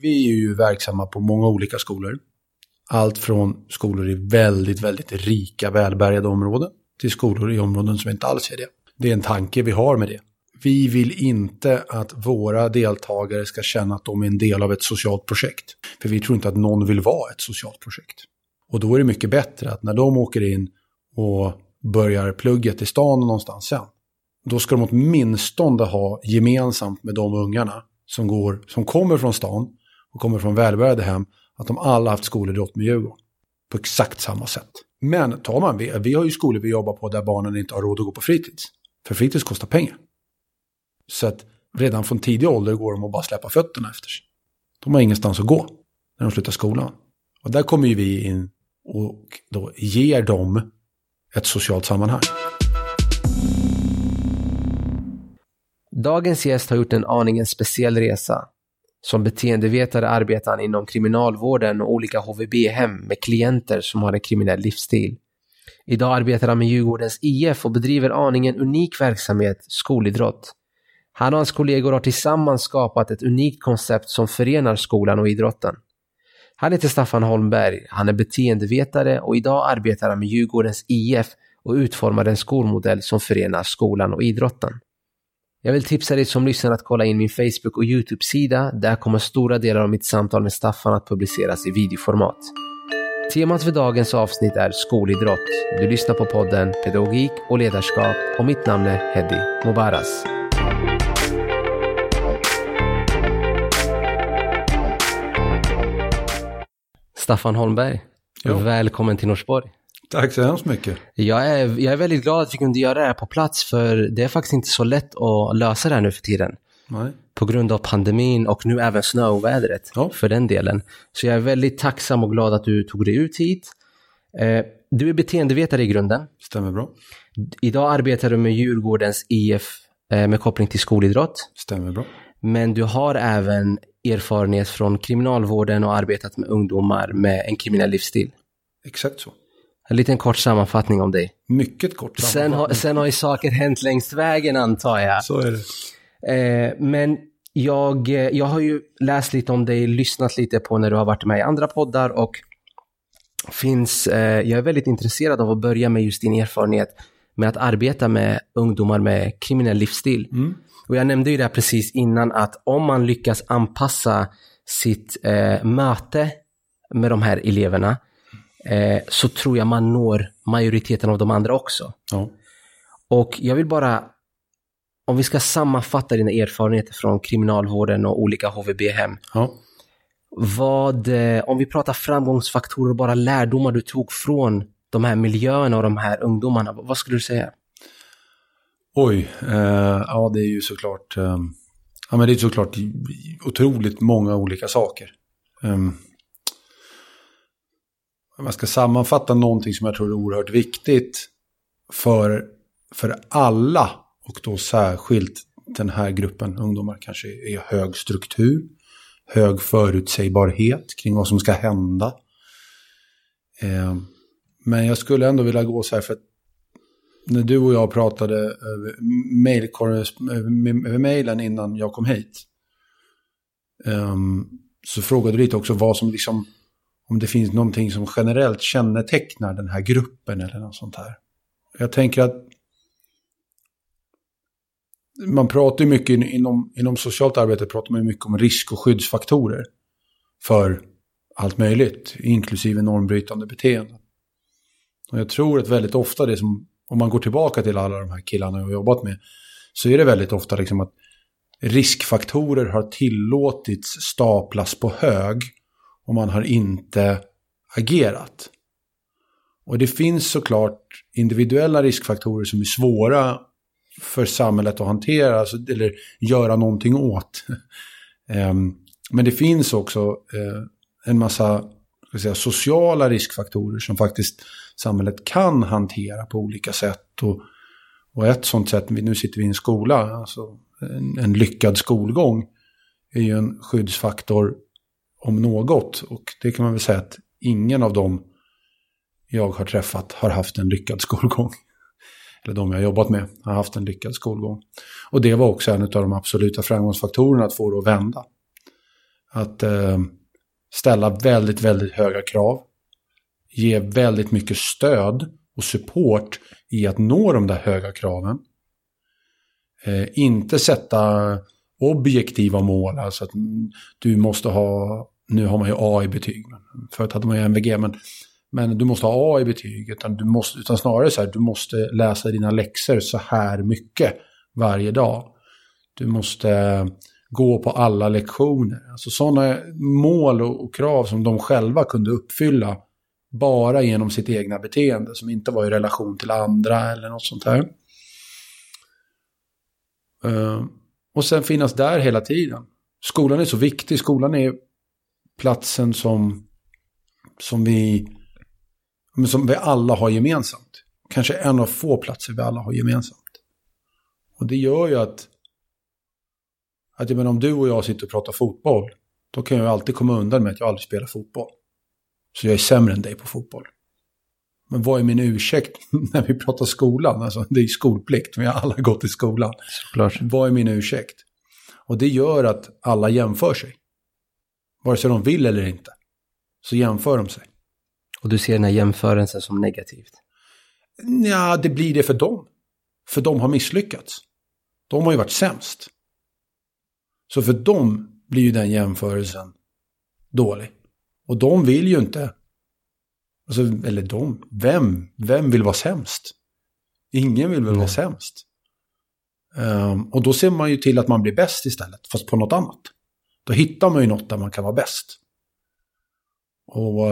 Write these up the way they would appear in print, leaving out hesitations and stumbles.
Vi är ju verksamma på många olika skolor. Allt från skolor i väldigt, väldigt rika, välbärgade områden till skolor i områden som inte alls är det. Det är en tanke vi har med det. Vi vill inte att våra deltagare ska känna att de är en del av ett socialt projekt. För vi tror inte att någon vill vara ett socialt projekt. Och då är det mycket bättre att när de åker in och börjar plugget i stan någonstans sen, då ska de åtminstone ha gemensamt med de ungarna som kommer från stan och kommer från välbärgade hem, att de alla haft skolidrott med Djurgården på exakt samma sätt. Men vi har ju skolor vi jobbar på där barnen inte har råd att gå på fritids. För fritids kostar pengar. Så att redan från tidig ålder går de att bara släppa fötterna efter sig. De har ingenstans att gå när de slutar skolan. Och där kommer ju vi in och då ger dem ett socialt sammanhang. Dagens gäst har gjort en aningen speciell resa. Som beteendevetare arbetar han inom kriminalvården och olika HVB-hem med klienter som har en kriminell livsstil. Idag arbetar han med Djurgårdens IF och bedriver aningen unik verksamhet, skolidrott. Han och hans kollegor har tillsammans skapat ett unikt koncept som förenar skolan och idrotten. Han heter Staffan Holmberg, han är beteendevetare och idag arbetar han med Djurgårdens IF och utformar en skolmodell som förenar skolan och idrotten. Jag vill tipsa dig som lyssnar att kolla in min Facebook- och YouTube-sida. Där kommer stora delar av mitt samtal med Staffan att publiceras i videoformat. Temat för dagens avsnitt är skolidrott. Du lyssnar på podden Pedagogik och ledarskap och mitt namn är Hedi Mubaras. Staffan Holmberg, välkommen till Norsborg. Tack så hemskt mycket. Jag är väldigt glad att vi kunde göra det här på plats, för det är faktiskt inte så lätt att lösa det här nu för tiden. Nej. På grund av pandemin och nu även snöovädret för den delen. Så jag är väldigt tacksam och glad att du tog dig ut hit. Du är beteendevetare i grunden. Stämmer bra. Idag arbetar du med Djurgårdens IF med koppling till skolidrott. Stämmer bra. Men du har även erfarenhet från kriminalvården och arbetat med ungdomar med en kriminell livsstil. Exakt så. En liten kort sammanfattning om dig. Mycket kort sammanfattning. Sen har ju saker hänt längs vägen, antar jag. Så är det. Men jag har ju läst lite om dig, lyssnat lite på när du har varit med i andra poddar och jag är väldigt intresserad av att börja med just din erfarenhet med att arbeta med ungdomar med kriminell livsstil. Mm. Och jag nämnde ju det precis innan, att om man lyckas anpassa sitt möte med de här eleverna så tror jag man når majoriteten av de andra också. Ja. Och jag vill bara, om vi ska sammanfatta dina erfarenheter från kriminalvården och olika HVB-hem. Ja. Om vi pratar framgångsfaktorer och bara lärdomar du tog från de här miljöerna och de här ungdomarna, vad skulle du säga? Det är ju såklart men det är såklart otroligt många olika saker. Om jag ska sammanfatta någonting som jag tror är oerhört viktigt för alla, och då särskilt den här gruppen ungdomar, kanske är hög struktur, hög förutsägbarhet kring vad som ska hända. Men jag skulle ändå vilja gå så här, för att när du och jag pratade över mejlen innan jag kom hit, så frågade du lite också vad som liksom, om det finns någonting som generellt kännetecknar den här gruppen eller något sånt här. Jag tänker att man pratar ju mycket inom socialt arbete, pratar man mycket om risk- och skyddsfaktorer för allt möjligt, inklusive normbrytande beteende. Och jag tror att väldigt ofta det som, om man går tillbaka till alla de här killarna jag har jobbat med, så är det väldigt ofta liksom att riskfaktorer har tillåtits staplas på hög och man har inte agerat. Och det finns såklart individuella riskfaktorer som är svåra för samhället att hantera, alltså, eller göra någonting åt. Men det finns också en massa sociala riskfaktorer som faktiskt samhället kan hantera på olika sätt. Och ett sånt sätt, nu sitter vi i en skola, alltså en lyckad skolgång är ju en skyddsfaktor om något. Och det kan man väl säga att ingen av dem jag har träffat har haft en lyckad skolgång. Eller de jag har jobbat med har haft en lyckad skolgång. Och det var också en av de absoluta framgångsfaktorerna att få det att vända. Att ställa väldigt, väldigt höga krav. Ge väldigt mycket stöd och support i att nå de där höga kraven. Inte sätta objektiva mål. Alltså att du måste ha, nu har man ju A i betyg. Förut hade man ju MVG, men du måste ha A i betyg. Utan snarare så här, du måste läsa dina läxor så här mycket varje dag. Du måste gå på alla lektioner. Alltså sådana mål och krav som de själva kunde uppfylla bara genom sitt egna beteende, som inte var i relation till andra eller något sånt här. Och sen finnas där hela tiden. Skolan är så viktig. Skolan är platsen som vi alla har gemensamt. Kanske en av få platser vi alla har gemensamt. Och det gör ju att jag menar, om du och jag sitter och pratar fotboll, då kan jag alltid komma undan med att jag aldrig spelar fotboll. Så jag är sämre än dig på fotboll. Men vad är min ursäkt när vi pratar skolan? Alltså, det är skolplikt, vi har alla gått i skolan. Såklart. Vad är min ursäkt? Och det gör att alla jämför sig. Vare sig de vill eller inte, så jämför de sig. Och du ser den här jämförelsen som negativt? Ja, det blir det för dem. För de har misslyckats. De har ju varit sämst. Så för dem blir ju den jämförelsen dålig. Och de vill ju inte. Alltså, eller de. Vem vill vara sämst? Ingen vill väl vara sämst. Och då ser man ju till att man blir bäst istället. Fast på något annat. Då hittar man ju något där man kan vara bäst. Och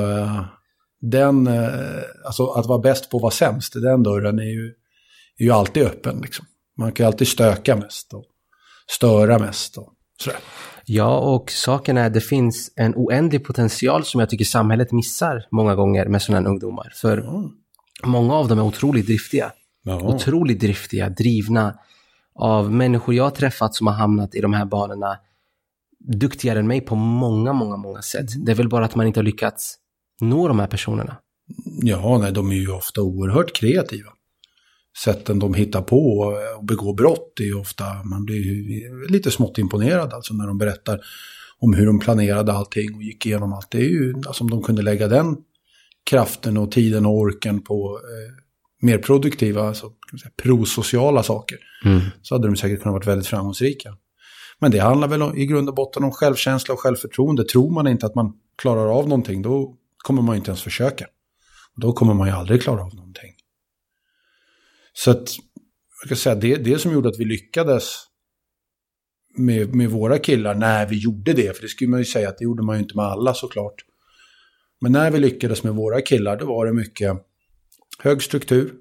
alltså att vara bäst på att vara sämst, den dörren är ju alltid öppen. Liksom. Man kan ju alltid stöka mest och störa mest och sådär. Ja, och saken är att det finns en oändlig potential som jag tycker samhället missar många gånger med sådana ungdomar. För många av dem är otroligt driftiga. Ja. Otroligt driftiga, drivna av människor jag har träffat som har hamnat i de här banorna. Duktigare än mig på många sätt. Det är väl bara att man inte har lyckats nå de här personerna. Ja, nej, de är ju ofta oerhört kreativa. Sätten de hittar på och begår brott är ju ofta, man blir lite smått imponerad alltså när de berättar om hur de planerade allting och gick igenom allt. Det är ju, alltså om de kunde lägga den kraften och tiden och orken på mer produktiva, alltså prosociala saker, så hade de säkert kunnat vara väldigt framgångsrika. Men det handlar väl i grund och botten om självkänsla och självförtroende. Tror man inte att man klarar av någonting, då kommer man inte ens försöka. Då kommer man ju aldrig klara av någonting. Så att, jag kan säga, det som gjorde att vi lyckades med våra killar när vi gjorde det, för det skulle man ju säga att det gjorde man ju inte med alla såklart. Men när vi lyckades med våra killar, då var det mycket hög struktur,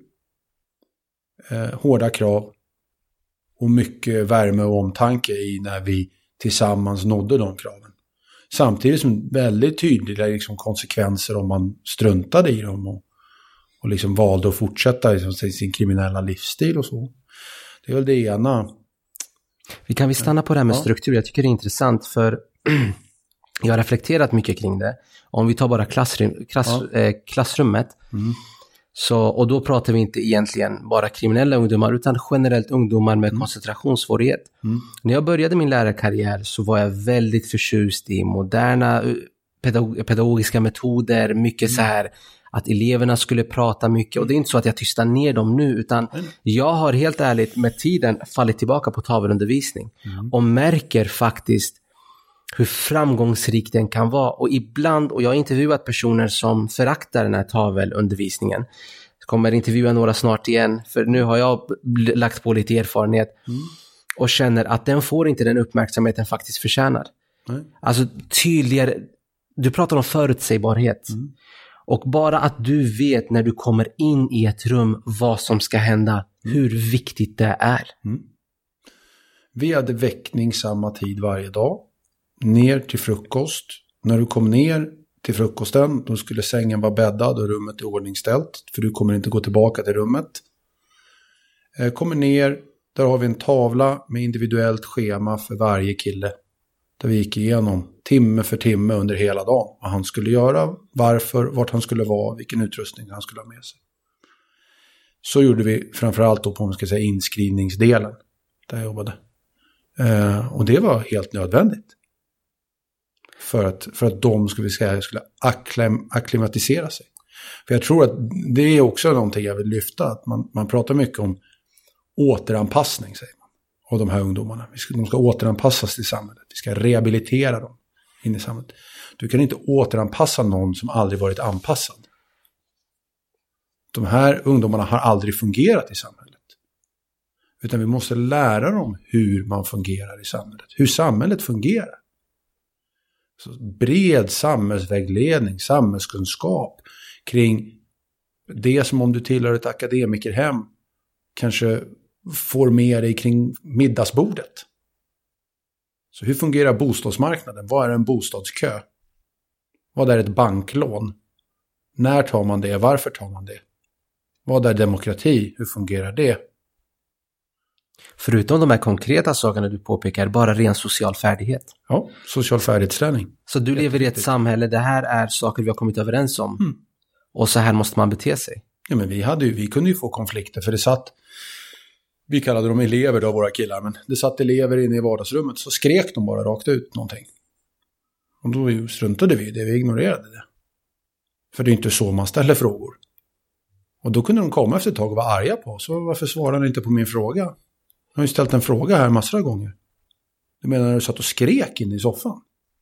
hårda krav och mycket värme och omtanke i när vi tillsammans nådde de kraven. Samtidigt som väldigt tydliga liksom konsekvenser om man struntade i dem och liksom valde att fortsätta liksom sin kriminella livsstil och så. Det är väl det ena. Vi kan stanna på det här med struktur. Jag tycker det är intressant för jag har reflekterat mycket kring det. Om vi tar bara klassrummet. Så, och då pratar vi inte egentligen bara kriminella ungdomar utan generellt ungdomar med koncentrationssvårighet. När jag började min lärarkarriär så var jag väldigt förtjust i moderna pedagogiska metoder. Mycket så här att eleverna skulle prata mycket. Och det är inte så att jag tystar ner dem nu, utan jag har helt ärligt med tiden fallit tillbaka på tavelundervisning. Och märker faktiskt hur framgångsrik den kan vara. Och ibland, och jag har intervjuat personer som föraktar den här tavelundervisningen. Jag kommer intervjua några snart igen, för nu har jag lagt på lite erfarenhet. Och känner att den får inte den uppmärksamhet den faktiskt förtjänar. Alltså tydligare, du pratar om förutsägbarhet. Och bara att du vet när du kommer in i ett rum vad som ska hända, hur viktigt det är. Vi hade väckning samma tid varje dag. Ner till frukost. När du kom ner till frukosten, då skulle sängen vara bäddad och rummet är ordningställt. För du kommer inte gå tillbaka till rummet. Kommer ner, där har vi en tavla med individuellt schema för varje kille. Där vi gick igenom timme för timme under hela dagen. Vad han skulle göra, varför, vart han skulle vara, vilken utrustning han skulle ha med sig. Så gjorde vi framförallt då på, om man ska säga, inskrivningsdelen. Där jag jobbade. Och det var helt nödvändigt. för att de skulle akklimatisera sig. För jag tror att det är också någonting jag vill lyfta, att man pratar mycket om återanpassning, säger man, av de här ungdomarna. De ska återanpassas till samhället. Vi ska rehabilitera dem in i samhället. Du kan inte återanpassa någon som aldrig varit anpassad. De här ungdomarna har aldrig fungerat i samhället. Utan vi måste lära dem hur man fungerar i samhället. Hur samhället fungerar. Så bred samhällsvägledning, samhällskunskap kring det som, om du tillhör ett akademikerhem, kanske får med dig kring middagsbordet. Så hur fungerar bostadsmarknaden? Vad är en bostadskö? Vad är ett banklån? När tar man det? Varför tar man det? Vad är demokrati? Hur fungerar det? Förutom de här konkreta sakerna du påpekar, bara ren social färdighet. Ja, social färdighetsträning. Så du lever i ett samhälle, det här är saker vi har kommit överens om. Mm. Och så här måste man bete sig. Ja, men vi kunde ju få konflikter, för det satt, vi kallade dem elever då, våra killar, men det satt elever inne i vardagsrummet, så skrek de bara rakt ut någonting. Och då struntade vi det, vi ignorerade det. För det är inte så man ställer frågor. Och då kunde de komma efter ett tag och vara arga på oss. Så varför svarar ni inte på min fråga? Jag har ju ställt en fråga här massor av gånger. Du menar när du satt och skrek in i soffan?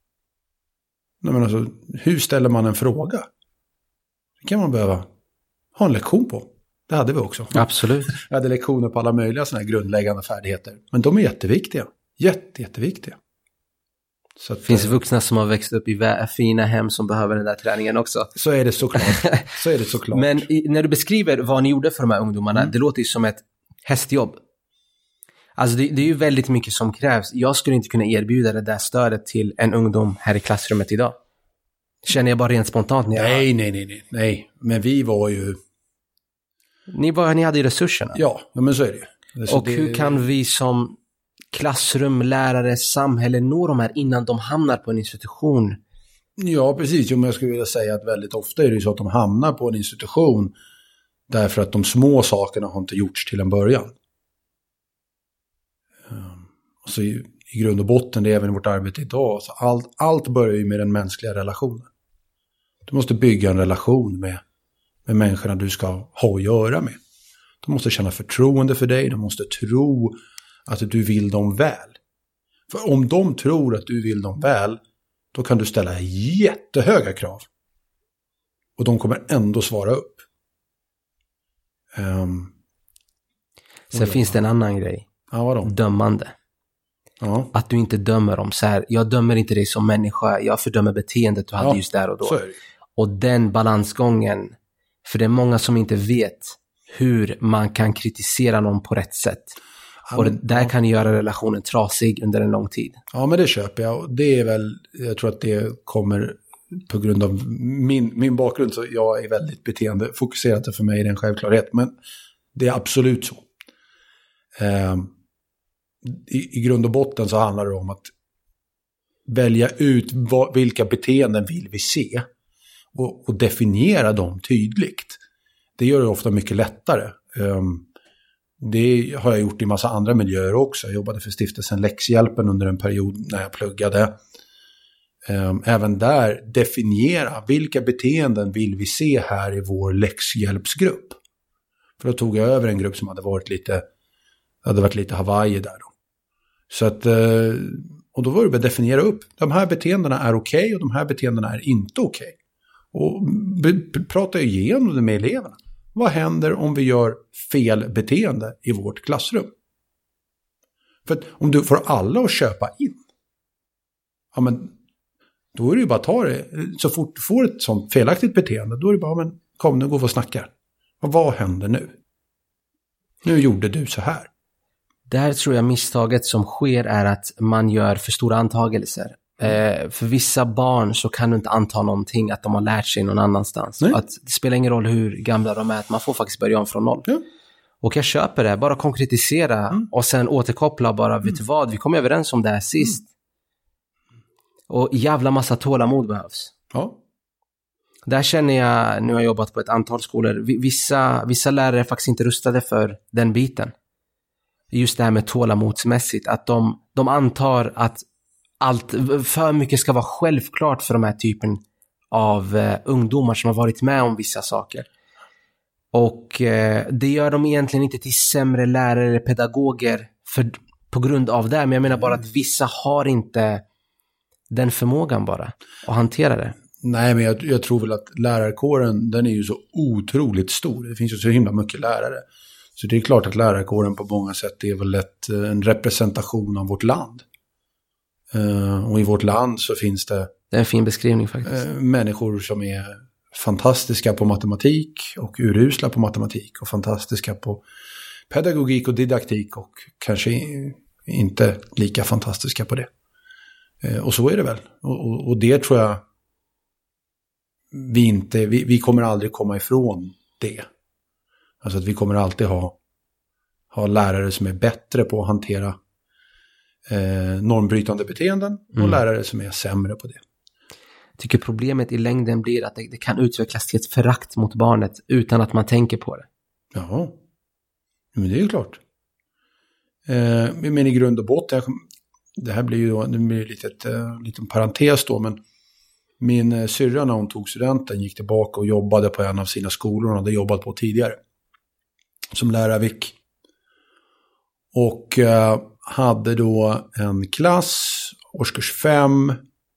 Nej, men alltså, hur ställer man en fråga? Det kan man behöva ha en lektion på. Det hade vi också. Absolut. Jag hade lektioner på alla möjliga sådana här grundläggande färdigheter. Men de är jätteviktiga. Jätteviktiga. Så att, finns vuxna som har växt upp i fina hem som behöver den där träningen också. Så är det såklart. Men när du beskriver vad ni gjorde för de här ungdomarna, det låter ju som ett hästjobb. Alltså det är ju väldigt mycket som krävs. Jag skulle inte kunna erbjuda det där stödet till en ungdom här i klassrummet idag. Känner jag bara rent spontant. Nej. Men vi var ju... Ni hade ju resurserna. Ja, men så är det ju. Och hur kan vi som klassrum, lärare, samhälle nå de här innan de hamnar på en institution? Ja, precis. Jag skulle vilja säga att väldigt ofta är det ju så att de hamnar på en institution därför att de små sakerna har inte gjorts till en början. Så i grund och botten, det är även vårt arbete idag. Så allt börjar ju med den mänskliga relationen. Du måste bygga en relation med människorna du ska ha att göra med. De måste känna förtroende för dig. De måste tro att du vill dem väl. För om de tror att du vill dem väl, då kan du ställa jättehöga krav. Och de kommer ändå svara upp. Sen finns det en annan grej. Ja, vadå? Dömande. Ja. Att du inte dömer dem så här. Jag dömer inte dig som människa. Jag fördömer beteendet du hade just där och då. Så är det. Och den balansgången. För det är många som inte vet hur man kan kritisera någon på rätt sätt. Ja, och där kan göra relationen trasig under en lång tid. Ja, men det köper jag. Och det är väl, jag tror att det kommer på grund av min bakgrund, så jag är väldigt beteendefokuserad, för mig är det en självklarhet. Men det är absolut så. I grund och botten så handlar det om att välja ut vilka beteenden vill vi se och definiera dem tydligt. Det gör det ofta mycket lättare. Det har jag gjort i massa andra miljöer också. Jag jobbade för stiftelsen Läxhjälpen under en period när jag pluggade. Även där definiera vilka beteenden vill vi se här i vår läxhjälpsgrupp. För då tog jag över en grupp som hade varit lite Hawaii där då. Så att, och då var det att definiera upp. De här beteendena är okej och de här beteendena är inte okej. Och prata igenom det med eleverna. Vad händer om vi gör fel beteende i vårt klassrum? För att om du får alla att köpa in, ja, men då är det ju bara att ta det. Så fort du får ett sånt felaktigt beteende, då är det bara, men kom nu, gå och snacka. Och vad händer nu? Nu gjorde du så här. Där tror jag misstaget som sker är att man gör för stora antagelser. För vissa barn så kan du inte anta någonting att de har lärt sig någon annanstans. Att det spelar ingen roll hur gamla de är, att man får faktiskt börja om från noll. Ja. Och jag köper det, bara konkretisera och sen återkoppla bara, vet du vad, vi kom överens om det här sist. Och jävla massa tålamod behövs. Ja. Där känner jag, nu har jag jobbat på ett antal skolor, vissa lärare är faktiskt inte rustade för den biten. Just det här med tålamodsmässigt, att de antar att för mycket ska vara självklart för de här typen av ungdomar som har varit med om vissa saker. Och det gör de egentligen inte till sämre lärare eller pedagoger på grund av det. Men jag menar bara att vissa har inte den förmågan bara att hantera det. Nej, men jag tror väl att lärarkåren, den är ju så otroligt stor. Det finns ju så himla mycket lärare. Så det är klart att lärarkåren på många sätt är väl en representation av vårt land. Och i vårt land så finns det... Det är en fin beskrivning faktiskt. Människor som är fantastiska på matematik och urusla på matematik. Och fantastiska på pedagogik och didaktik och kanske inte lika fantastiska på det. Och så är det väl. Och det tror jag vi kommer aldrig komma ifrån det. Alltså att vi kommer alltid ha lärare som är bättre på att hantera normbrytande beteenden och lärare som är sämre på det. Jag tycker problemet i längden blir att det kan utvecklas till ett förakt mot barnet utan att man tänker på det. Ja, men det är ju klart. Men i grund och botten, det här blir ju då, det blir liten parentes då, men min syrra när hon tog studenten gick tillbaka och jobbade på en av sina skolor hon hade jobbat på tidigare. Som lärarvik. Och hade då en klass, årskurs 5,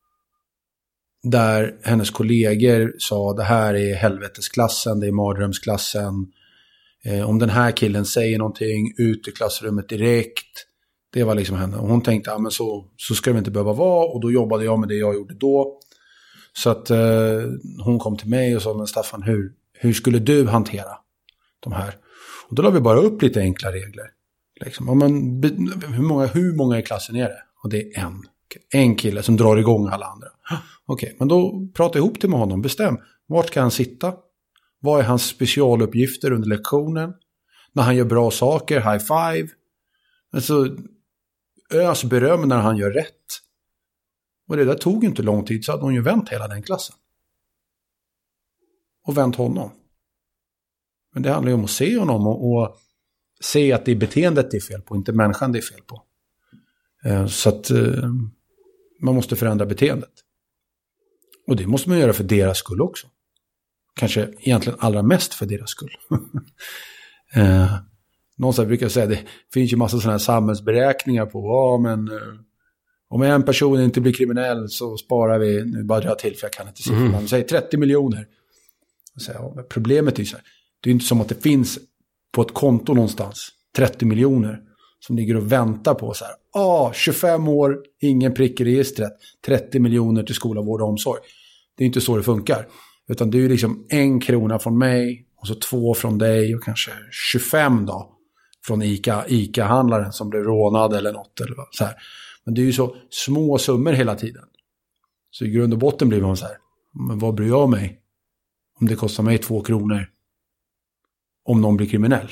där hennes kollegor sa det här är helvetesklassen, det är mardrömsklassen. Om den här killen säger någonting, ut i klassrummet direkt. Det var liksom henne. Och hon tänkte, ja men så ska det inte behöva vara. Och då jobbade jag med det jag gjorde då. Så att hon kom till mig och sa, men Staffan, hur skulle du hantera de här? Och då la vi bara upp lite enkla regler. Liksom. Ja, men, hur många i klassen är det? Och det är en kille som drar igång alla andra. Okej, men då prata ihop det med honom. Bestäm, vart ska han sitta? Vad är hans specialuppgifter under lektionen? När han gör bra saker, high five. Alltså, ös beröm när han gör rätt. Och det där tog inte lång tid, så hade hon ju vänt hela den klassen. Och vänt honom. Men det handlar ju om att se honom och se att det är beteendet det är fel på, inte människan det är fel på. Så att man måste förändra beteendet. Och det måste man göra för deras skull också. Kanske egentligen allra mest för deras skull. Någonstans brukar jag säga, det finns ju massa sådana här samhällsberäkningar på, om en person inte blir kriminell så sparar vi, nu bara drar jag till för jag kan inte siffrorna, men säg 30 miljoner. Så, problemet är ju så här, det är inte som att det finns på ett konto någonstans 30 miljoner som ligger och väntar på så här, 25 år, ingen prick i registret, 30 miljoner till skola, vård och omsorg. Det är inte så det funkar. Utan det är ju liksom 1 krona från mig och så 2 från dig och kanske 25 då från ICA-handlaren som blev rånad eller något eller så här. Men det är ju så små summor hela tiden. Så i grund och botten blir man så här, men vad bryr jag mig om det kostar mig 2 kronor om någon blir kriminell?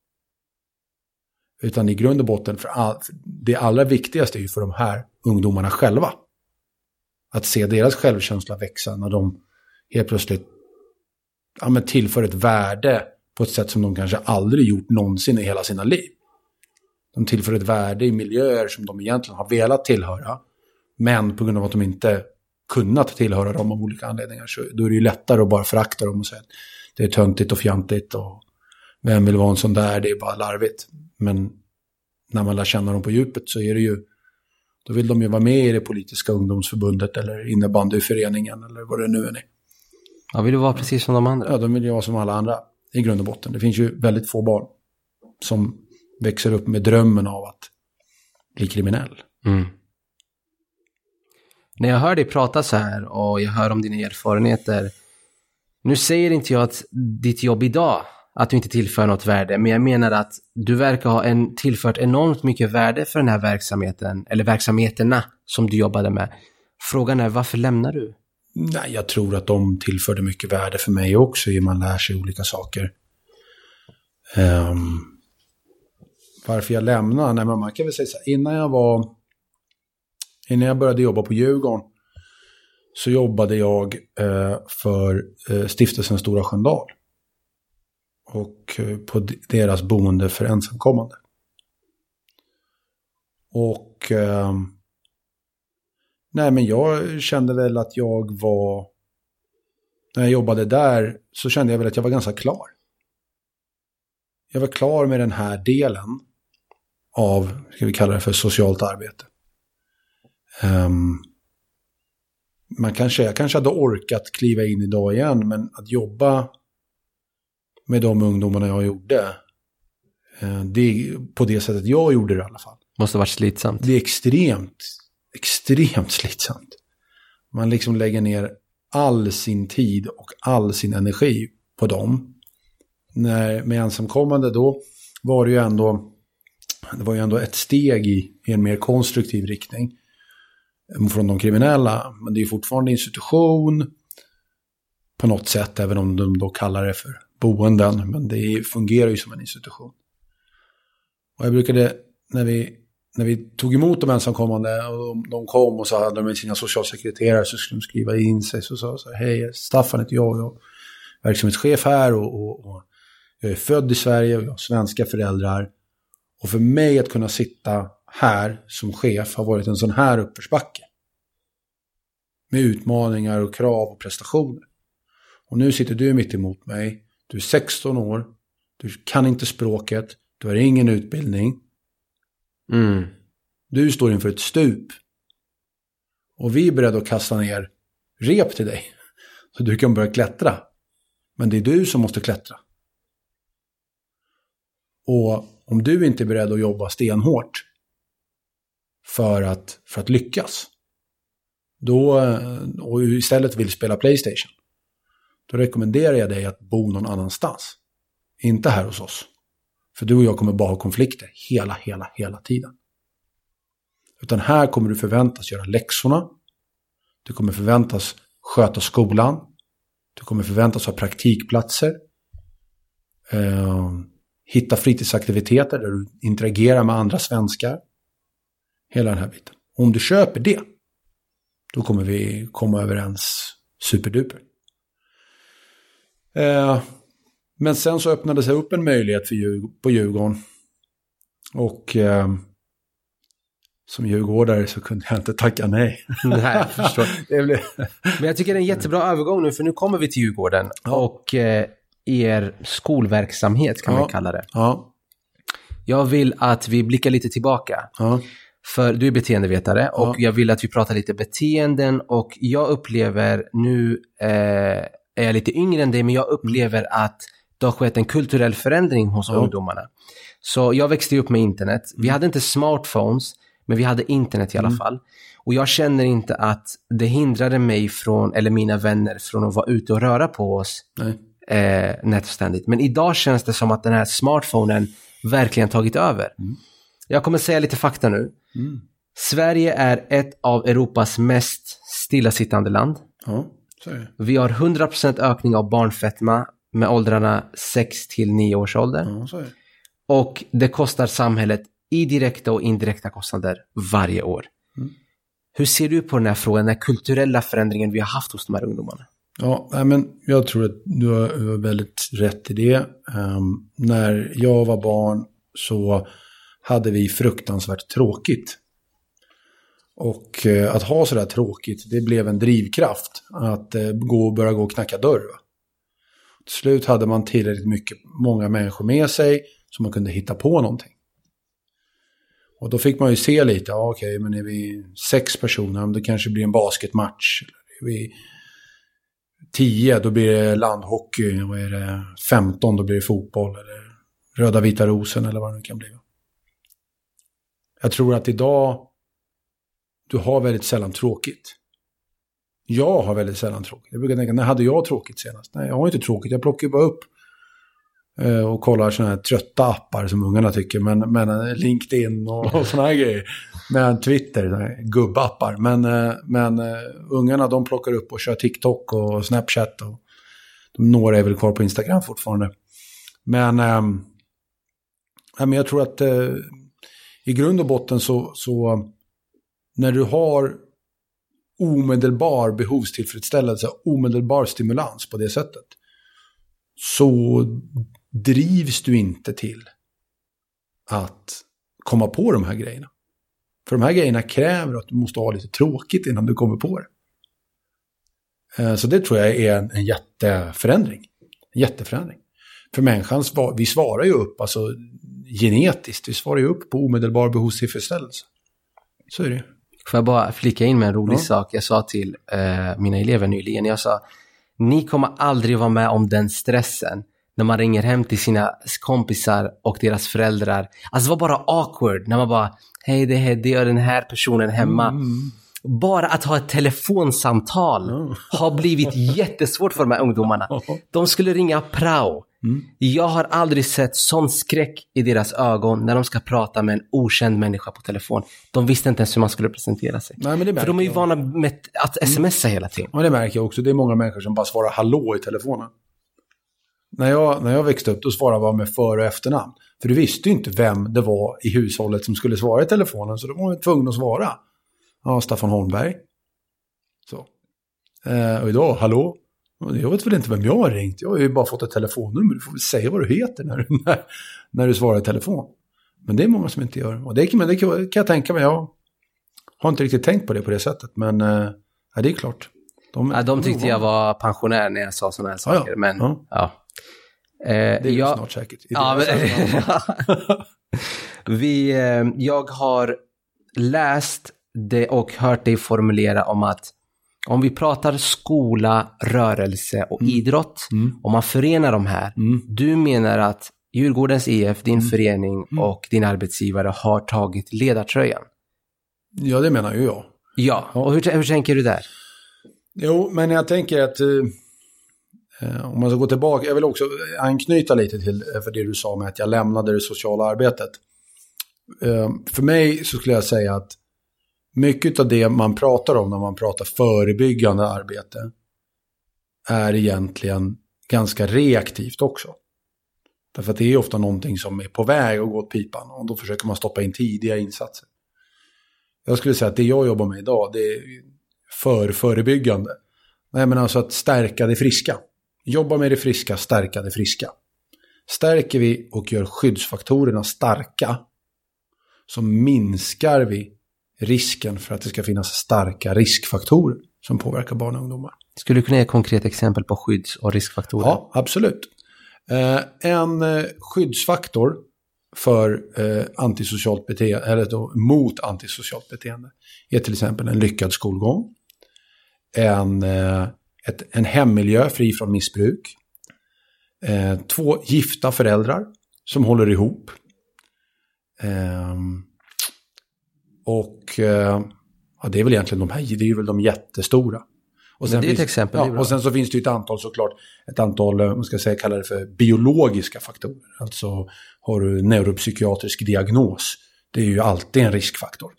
Utan i grund och botten, det allra viktigaste är ju för de här ungdomarna själva. Att se deras självkänsla växa när de helt plötsligt tillför ett värde på ett sätt som de kanske aldrig gjort någonsin i hela sina liv. De tillför ett värde i miljöer som de egentligen har velat tillhöra, men på grund av att de inte kunnat tillhöra dem av olika anledningar, så då är det ju lättare att bara förakta dem och säga att det är töntigt och fjantigt och vem vill vara en sån där, det är bara larvigt. Men när man lär känna dem på djupet så är det ju, då vill de ju vara med i det politiska ungdomsförbundet eller innebandyföreningen eller vad det nu är. Ja, vill du vara precis som de andra? Ja, de vill ju vara som alla andra i grund och botten. Det finns ju väldigt få barn som växer upp med drömmen av att bli kriminell. Mm. När jag hör dig prata så här och jag hör om dina erfarenheter, nu säger inte jag att ditt jobb idag, att du inte tillför något värde, men jag menar att du verkar ha tillfört enormt mycket värde för den här verksamheten, eller verksamheterna som du jobbade med. Frågan är, varför lämnar du? Nej, jag tror att de tillförde mycket värde för mig också, i man lär sig olika saker. Varför jag lämnar? Nej, men man kan väl säga så här, innan jag började jobba på Djurgården så jobbade jag för stiftelsen Stora Sköndal och på deras boende för ensamkommande. Och Nej, men jag kände väl att jag var... När jag jobbade där så kände jag väl att jag var ganska klar. Jag var klar med den här delen av, ska vi kalla det för socialt arbete. Jag kanske hade orkat kliva in idag igen, men att jobba med de ungdomarna jag gjorde, det på det sättet jag gjorde det i alla fall. Måste ha varit slitsamt. Det är extremt slitsamt. Man liksom lägger ner all sin tid och all sin energi på dem. Med ensamkommande då var det var ju ändå ett steg i en mer konstruktiv riktning från de kriminella. Men det är fortfarande institution på något sätt, även om de då kallar det för boenden. Men det fungerar ju som en institution. Och jag brukade, när vi tog emot de ensamkommande och de kom och så hade de med sina socialsekreterare, så skulle de skriva in sig. Så sa så här: hej, Staffan heter jag är verksamhetschef här och jag är född i Sverige och jag har svenska föräldrar. Och för mig att kunna sitta här som chef har varit en sån här uppförsbacke. Med utmaningar och krav och prestationer. Och nu sitter du mitt emot mig. Du är 16 år. Du kan inte språket. Du har ingen utbildning. Du står inför ett stup. Och vi är beredda att kasta ner rep till dig. Så du kan börja klättra. Men det är du som måste klättra. Och om du inte är beredd att jobba stenhårt för att lyckas, och istället vill spela PlayStation, då rekommenderar jag dig att bo någon annanstans. Inte här hos oss. För du och jag kommer bara ha konflikter hela tiden. Utan här kommer du förväntas göra läxorna. Du kommer förväntas sköta skolan. Du kommer förväntas ha praktikplatser. Hitta fritidsaktiviteter där du interagerar med andra svenskar. Hela den här biten. Om du köper det, då kommer vi komma överens superduper. Men sen så öppnade sig upp en möjlighet på Djurgården. Och som djurgårdare så kunde jag inte tacka nej. Nej, jag förstår. Men jag tycker det är en jättebra övergång nu, för nu kommer vi till Djurgården. Ja. Och er skolverksamhet kan man kalla det. Ja. Jag vill att vi blickar lite tillbaka. Ja. För du är beteendevetare och jag vill att vi pratar lite beteenden. Och jag upplever, nu är jag lite yngre än dig, men jag upplever att det har skett en kulturell förändring hos ungdomarna. Så jag växte upp med internet. Vi hade inte smartphones, men vi hade internet i alla fall. Och jag känner inte att det hindrade mig från, eller mina vänner, från att vara ute och röra på oss nätständigt. Men idag känns det som att den här smartphonen verkligen tagit över. Jag kommer säga lite fakta nu. Sverige är ett av Europas mest stillasittande land. Ja, så är det. Vi har 100% ökning av barnfetma med åldrarna 6-9 års ålder. Ja, så är det. Och det kostar samhället i direkta och indirekta kostnader varje år. Hur ser du på den här frågan, den här kulturella förändringen vi har haft hos de här ungdomarna? Ja, men jag tror att du har väldigt rätt i det. När jag var barn så hade vi fruktansvärt tråkigt. Och att ha sådär tråkigt, det blev en drivkraft att börja gå och knacka dörr. Va? Till slut hade man tillräckligt många människor med sig så man kunde hitta på någonting. Och då fick man ju se lite, okej, men är vi 6 personer, det kanske blir en basketmatch. Är vi 10, då blir det landhockey. Och är det 15, då blir det fotboll. Eller röda vita rosen eller vad det kan bli. Jag tror att idag du har väldigt sällan tråkigt. Jag har väldigt sällan tråkigt. Jag brukar tänka, när hade jag tråkigt senast? Nej, jag har inte tråkigt. Jag plockar bara upp och kollar såna här trötta appar som ungarna tycker. Men LinkedIn och såna här grejer. Men Twitter, gubbappar. Men ungarna, de plockar upp och kör TikTok och Snapchat. Och några är väl kvar på Instagram fortfarande. Men jag tror att i grund och botten så när du har omedelbar behovstillfredsställelse, omedelbar stimulans på det sättet, så drivs du inte till att komma på de här grejerna. För de här grejerna kräver att du måste ha lite tråkigt innan du kommer på det. Så det tror jag är en jätteförändring. En jätteförändring. För människan, vi svarar ju upp, alltså genetiskt, vi svarar ju upp på omedelbar behovstillfredsställelse. Så är det. Får jag bara flika in med en rolig sak? Jag sa till mina elever nyligen, jag sa, ni kommer aldrig vara med om den stressen när man ringer hem till sina kompisar och deras föräldrar. Alltså det var bara awkward när man bara, hej det är den här personen hemma. Bara att ha ett telefonsamtal har blivit jättesvårt för de här ungdomarna. De skulle ringa prao. Jag har aldrig sett sån skräck i deras ögon när de ska prata med en okänd människa på telefon. De visste inte ens hur man skulle presentera sig. Nej, men det för de är ju vana med att smsa hela tiden. Ja, det märker jag också. Det är många människor som bara svarar hallå i telefonen. När jag växte upp, då svarade jag med för- och efternamn. För du visste ju inte vem det var i hushållet som skulle svara i telefonen. Så då var man tvungen att svara. Ja, Staffan Holmberg. Så. Och idag, hallå? Jag vet väl inte vem jag har ringt. Jag har ju bara fått ett telefonnummer. Du får väl säga vad du heter när du svarar i telefon. Men det är många som inte gör. Och det kan jag tänka mig. Jag har inte riktigt tänkt på det på det sättet. Men det är klart. De tyckte jag var pensionär när jag sa sådana här saker. Ja. Men ja. Det är ju snart säkert. Jag har läst det och hört dig formulera om att om vi pratar skola, rörelse och idrott, om man förenar de här, du menar att Djurgårdens IF, din förening och din arbetsgivare har tagit ledartröjan? Ja, det menar ju jag. Ja, och hur tänker du där? Jo, men jag tänker att om man ska gå tillbaka, jag vill också anknyta lite till för det du sa med att jag lämnade det sociala arbetet. För mig så skulle jag säga att mycket av det man pratar om när man pratar förebyggande arbete är egentligen ganska reaktivt också. Därför att det är ofta någonting som är på väg att gå åt pipan och då försöker man stoppa in tidiga insatser. Jag skulle säga att det jag jobbar med idag, det är förebyggande. Nej, men alltså att stärka det friska. Jobba med det friska, stärka det friska. Stärker vi och gör skyddsfaktorerna starka så minskar vi risken för att det ska finnas starka riskfaktorer som påverkar barn och ungdomar. Skulle du kunna ge ett konkret exempel på skydds- och riskfaktorer? Ja, absolut. En skyddsfaktor för antisocialt beteende, eller då, mot antisocialt beteende är till exempel en lyckad skolgång, en hemmiljö fri från missbruk, 2 gifta föräldrar som håller ihop, och det är väl egentligen de här, det är väl de jättestora. Och sen det är ett exempel. Och sen så finns det ju ett antal, man ska säga, kallar det för biologiska faktorer. Alltså har du neuropsykiatrisk diagnos, det är ju alltid en riskfaktor.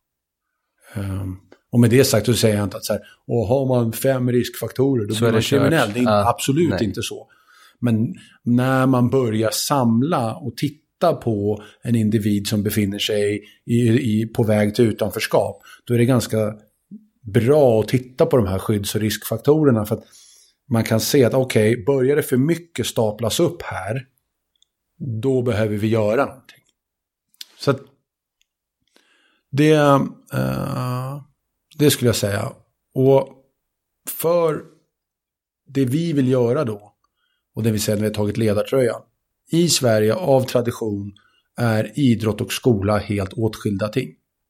Och med det sagt så säger jag inte att så här, har man 5 riskfaktorer då blir man kriminell. Det är absolut inte så. Men när man börjar samla och titta på en individ som befinner sig på väg till utanförskap, då är det ganska bra att titta på de här skydds- och riskfaktorerna, för att man kan se att börjar det för mycket staplas upp här, då behöver vi göra någonting. Så att det skulle jag säga. Och för det vi vill göra då, och det vill säga när vi har tagit ledartröjan, i Sverige av tradition är idrott och skola helt åtskilda ting.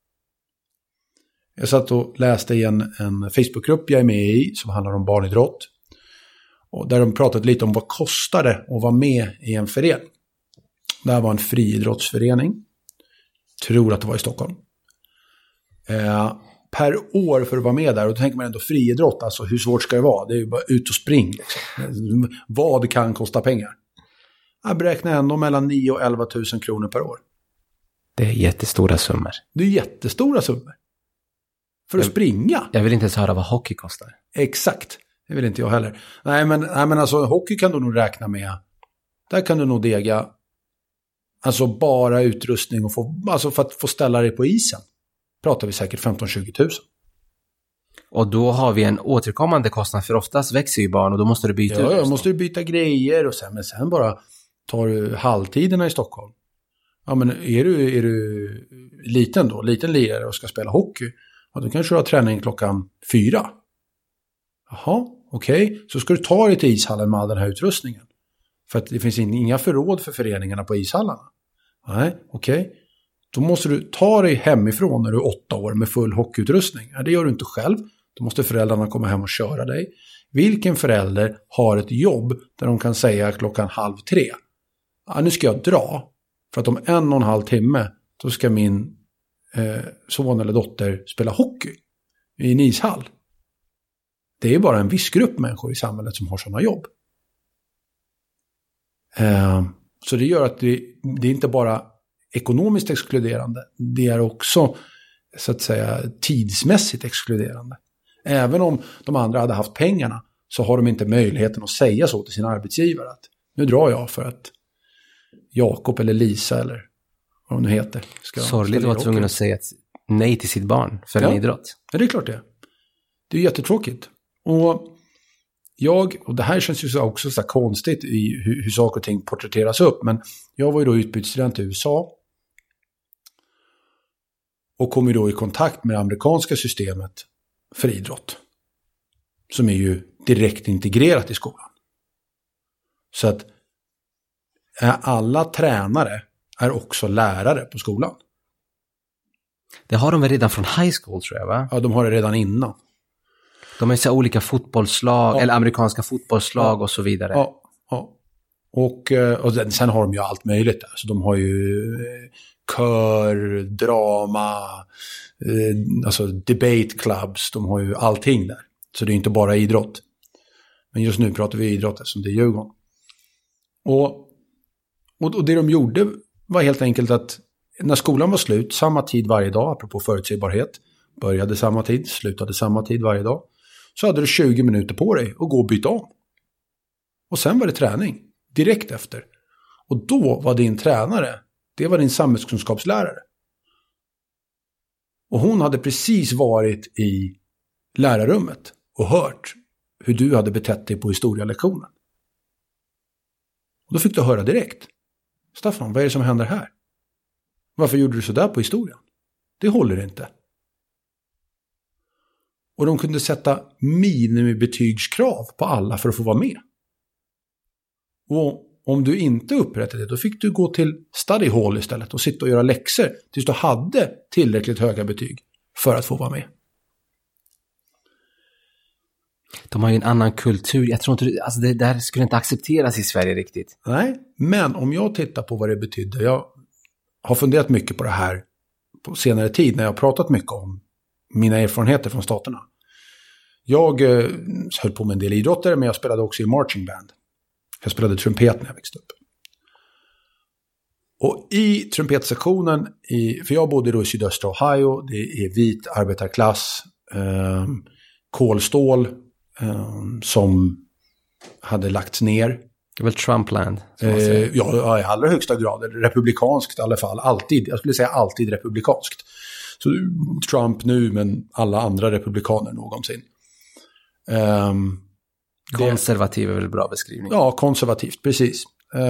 Jag satt och läste i en Facebookgrupp jag är med i som handlar om barnidrott. Och där de pratade lite om vad kostar det att vara med i en förening. Det här var en friidrottsförening. Tror att det var i Stockholm. Per år för att vara med där, och då tänker man ändå friidrott, alltså hur svårt ska det vara? Det är ju bara ut och spring. Liksom. Vad kan kosta pengar? Jag beräknar ändå mellan 9 och 11 000 kronor per år. Det är jättestora summor. Det är jättestora summor. För att springa. Jag vill inte ens höra vad hockey kostar. Exakt, det vill inte jag heller. Nej, men alltså hockey kan du nog räkna med. Där kan du nog dega. Alltså bara utrustning och för att få ställa dig på isen. Pratar vi säkert 15-20 000. Och då har vi en återkommande kostnad, för oftast växer ju barn och då måste du byta Ja, måste du byta grejer och sen bara tar du halvtiderna i Stockholm. Ja, men är du liten då, liten lirare och ska spela hockey, ja, då kanske du har träning 4:00. Jaha, okej. Så ska du ta dig till ishallen med all den här utrustningen. För att det finns inga förråd för föreningarna på ishallarna. Nej, okej. Då måste du ta dig hemifrån när du är 8 år med full hockeyutrustning. Ja, det gör du inte själv. Då måste föräldrarna komma hem och köra dig. Vilken förälder har ett jobb där de kan säga 2:30? Ja, nu ska jag dra. För att om 1,5 timme då ska min son eller dotter spela hockey i en ishall. Det är bara en viss grupp människor i samhället som har sådana jobb. Så det gör att det är inte bara ekonomiskt exkluderande. Det är också så att säga tidsmässigt exkluderande. Även om de andra hade haft pengarna så har de inte möjligheten att säga så till sin arbetsgivare att nu drar jag för att Jakob eller Lisa eller vad de nu heter. Sorgligt att vara tvungen att säga nej till sitt barn för en idrott. Ja, det är klart det. Det är jättetråkigt. Och det här känns ju också så konstigt i hur saker och ting porträtteras upp. Men jag var ju då utbytesstudent i USA. Och kom ju då i kontakt med det amerikanska systemet för idrott. Som är ju direkt integrerat i skolan. Så att alla tränare är också lärare på skolan. Det har de väl redan från high school tror jag, va? Ja, de har det redan innan. De har ju så olika fotbollslag, eller amerikanska fotbollslag och så vidare. Ja. Och sen har de ju allt möjligt där. Så de har ju kör, drama, alltså debate clubs. De har ju allting där. Så det är inte bara idrott. Men just nu pratar vi idrott eftersom det är Djurgården. Och det de gjorde var helt enkelt att när skolan var slut, samma tid varje dag, apropå förutsägbarhet, började samma tid, slutade samma tid varje dag, så hade du 20 minuter på dig att gå och byta om. Och sen var det träning, direkt efter. Och då var din tränare, det var din samhällskunskapslärare. Och hon hade precis varit i lärarrummet och hört hur du hade betett dig på historielektionen. Och då fick du höra direkt. Staffan, vad är det som händer här? Varför gjorde du så där på historien? Det håller inte. Och de kunde sätta minimibetygskrav på alla för att få vara med. Och om du inte upprättade det, då fick du gå till study hall istället och sitta och göra läxor tills du hade tillräckligt höga betyg för att få vara med. De har ju en annan kultur. Jag tror inte, alltså det där skulle inte accepteras i Sverige riktigt. Nej, men om jag tittar på vad det betyder. Jag har funderat mycket på det här på senare tid när jag har pratat mycket om mina erfarenheter från staterna. Jag höll på med en del idrotter, men jag spelade också i marching band. Jag spelade trumpet när jag växte upp. Och i trumpetsektionen, för jag bodde då i sydöstra Ohio, det är vit arbetarklass, kolstål som hade lagts ner. Det är väl Trumpland? Ja, i allra högsta grad. Republikanskt i alla fall. Alltid. Jag skulle säga alltid republikanskt. Så Trump nu, men alla andra republikaner någonsin. Konservativ är väl bra beskrivning. Ja, konservativt, precis.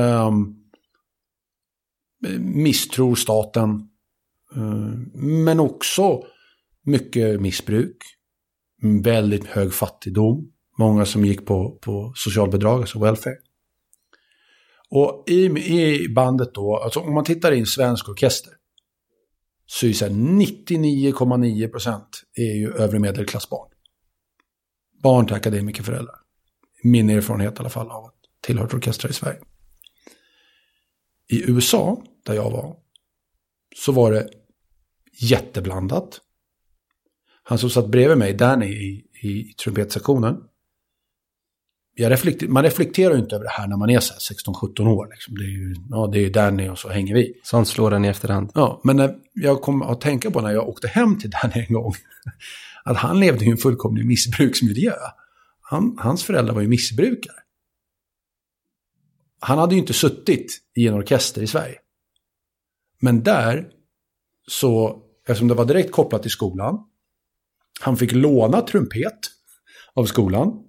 Misstror staten. Men också mycket missbruk. Väldigt hög fattigdom. Många som gick på socialbidrag, alltså welfare. Och i bandet då, alltså om man tittar i en svensk orkester så är 99,9% är ju övre medelklassbarn. Barn till akademikerföräldrar. Min erfarenhet i alla fall av att tillhört orkestrar i Sverige. I USA, där jag var, så var det jätteblandat. Han som satt bredvid mig, Danny, i trumpetsektionen. Man reflekterar ju inte över det här när man är så 16-17 år. Liksom. Det är ju Danny och så hänger vi. Sånt slår den i efterhand. Ja, men när jag kom att tänka på när jag åkte hem till Danny en gång. Att han levde i en fullkomlig missbruksmiljö. Hans föräldrar var ju missbrukare. Han hade ju inte suttit i en orkester i Sverige. Men där så, eftersom det var direkt kopplat till skolan. Han fick låna trumpet av skolan.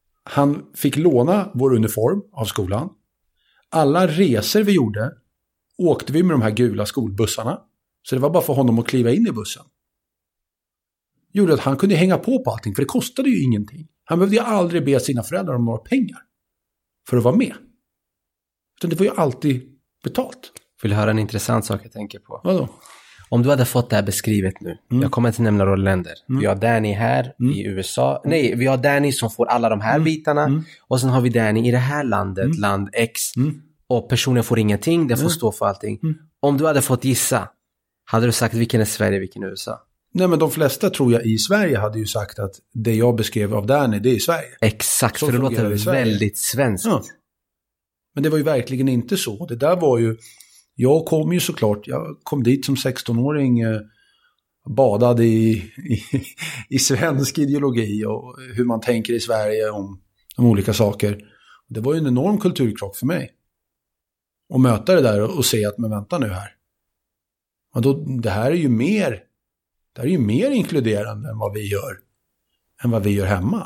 Han fick låna vår uniform av skolan. Alla resor vi gjorde åkte vi med de här gula skolbussarna. Så det var bara för honom att kliva in i bussen. Gjorde att han kunde hänga på allting, för det kostade ju ingenting. Han behövde ju aldrig be sina föräldrar om några pengar för att vara med. Utan det var ju alltid betalt. Vill du höra en intressant sak jag tänker på? Vadå? Om du hade fått det här beskrivet nu. Jag kommer inte nämna några länder. Vi har Danny här i USA. Nej, vi har Danny som får alla de här bitarna. Och sen har vi Danny i det här landet, land X. Och personen får ingenting, den får stå för allting. Om du hade fått gissa, hade du sagt vilken är Sverige, vilken är USA? Nej, men de flesta tror jag i Sverige hade ju sagt att det jag beskrev av Danny, det är i Sverige. Exakt, för det låter väldigt svenskt. Ja. Men det var ju verkligen inte så. Det där var ju... Jag kom dit som 16-åring, badade i svensk ideologi och hur man tänker i Sverige om olika saker. Det var ju en enorm kulturkrock för mig. Att möta det där och se att, men vänta nu här. Och då, det här är ju mer inkluderande än vad vi gör hemma.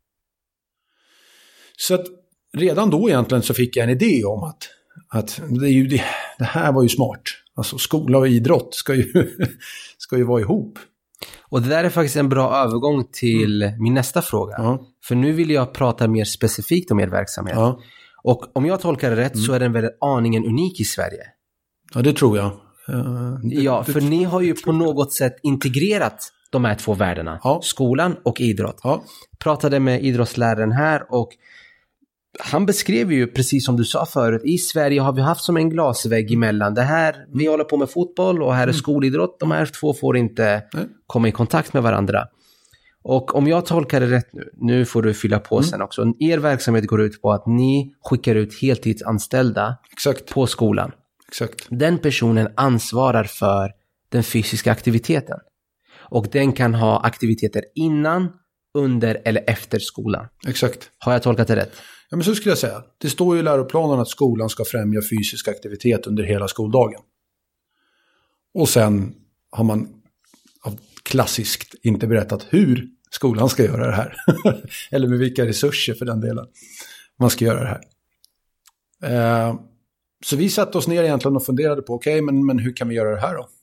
Så att redan då egentligen så fick jag en idé om att det här var ju smart. Alltså skola och idrott ska ju vara ihop. Och det där är faktiskt en bra övergång till min nästa fråga. Ja. För nu vill jag prata mer specifikt om er verksamhet. Ja. Och om jag tolkar det rätt så är den väl aningen unik i Sverige. Ja, det tror jag. För ni har ju på något sätt integrerat de här två världarna. Ja. Skolan och idrott. Ja. Pratade med idrottsläraren här och han beskrev ju precis som du sa förut, i Sverige har vi haft som en glasvägg emellan. Det här, vi håller på med fotboll och här är skolidrott. De här två får inte komma i kontakt med varandra. Och om jag tolkar det rätt nu får du fylla på sen också. Er verksamhet går ut på att ni skickar ut heltidsanställda på skolan. Exakt. Den personen ansvarar för den fysiska aktiviteten. Och den kan ha aktiviteter innan, under eller efter skolan. Exakt. Har jag tolkat det rätt? Ja, men så skulle jag säga. Det står ju i läroplanen att skolan ska främja fysisk aktivitet under hela skoldagen. Och sen har man klassiskt inte berättat hur skolan ska göra det här. Eller med vilka resurser för den delen man ska göra det här. Så vi satte oss ner egentligen och funderade på men hur kan vi göra det här då?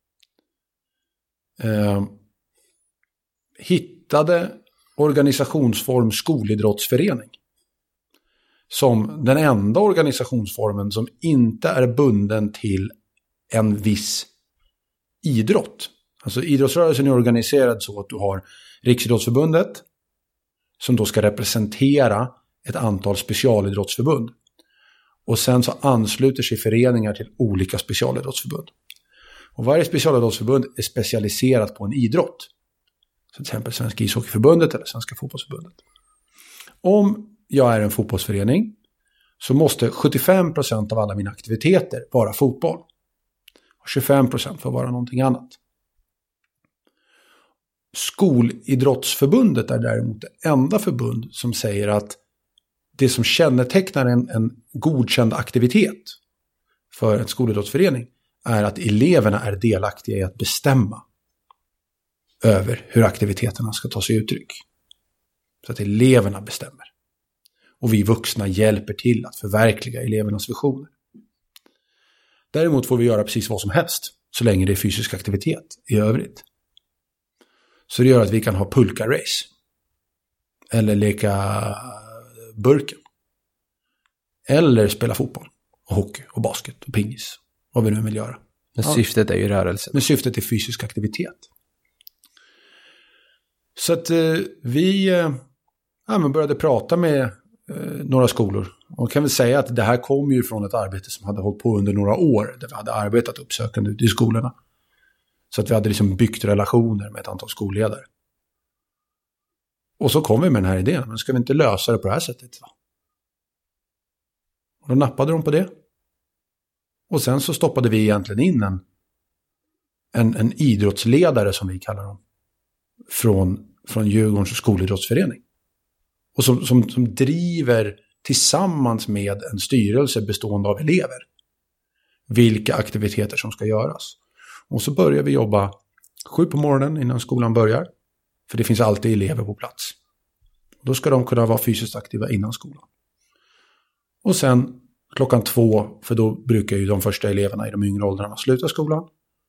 Hittade organisationsform skolidrottsförening som den enda organisationsformen som inte är bunden till en viss idrott. Alltså idrottsrörelsen är organiserad så att du har Riksidrottsförbundet som då ska representera ett antal specialidrottsförbund. Och sen så ansluter sig föreningar till olika specialidrottsförbund. Och varje specialidrottsförbund är specialiserat på en idrott. Så till exempel Svenska ishockeyförbundet eller Svenska fotbollsförbundet. Om jag är en fotbollsförening så måste 75% av alla mina aktiviteter vara fotboll. Och 25% får vara någonting annat. Skolidrottsförbundet är däremot det enda förbund som säger att det som kännetecknar en godkänd aktivitet för en skolidrottsförening är att eleverna är delaktiga i att bestämma över hur aktiviteterna ska ta sig uttryck. Så att eleverna bestämmer. Och vi vuxna hjälper till att förverkliga elevernas visioner. Däremot får vi göra precis vad som helst så länge det är fysisk aktivitet i övrigt. Så det gör att vi kan ha pulka-race. Eller leka burken. Eller spela fotboll. Och hockey och basket och pingis. Vad vi nu vill göra. Men syftet är ju rörelse. Men syftet är fysisk aktivitet. Så att vi började prata med några skolor. Och kan väl säga att det här kom ju från ett arbete som hade hållit på under några år. Där vi hade arbetat uppsökande ute i skolorna. Så att vi hade liksom byggt relationer med ett antal skolledare. Och så kom vi med den här idén. Men ska vi inte lösa det på det här sättet? Och då nappade de på det. Och sen så stoppade vi egentligen in en idrottsledare som vi kallar dem. Från Djurgårdens skolidrottsförening. Och som driver tillsammans med en styrelse bestående av elever. Vilka aktiviteter som ska göras. Och så börjar vi jobba 7 på morgonen innan skolan börjar. För det finns alltid elever på plats. Då ska de kunna vara fysiskt aktiva innan skolan. Och sen Klockan 2, för då brukar ju de första eleverna i de yngre åldrarna sluta skolan.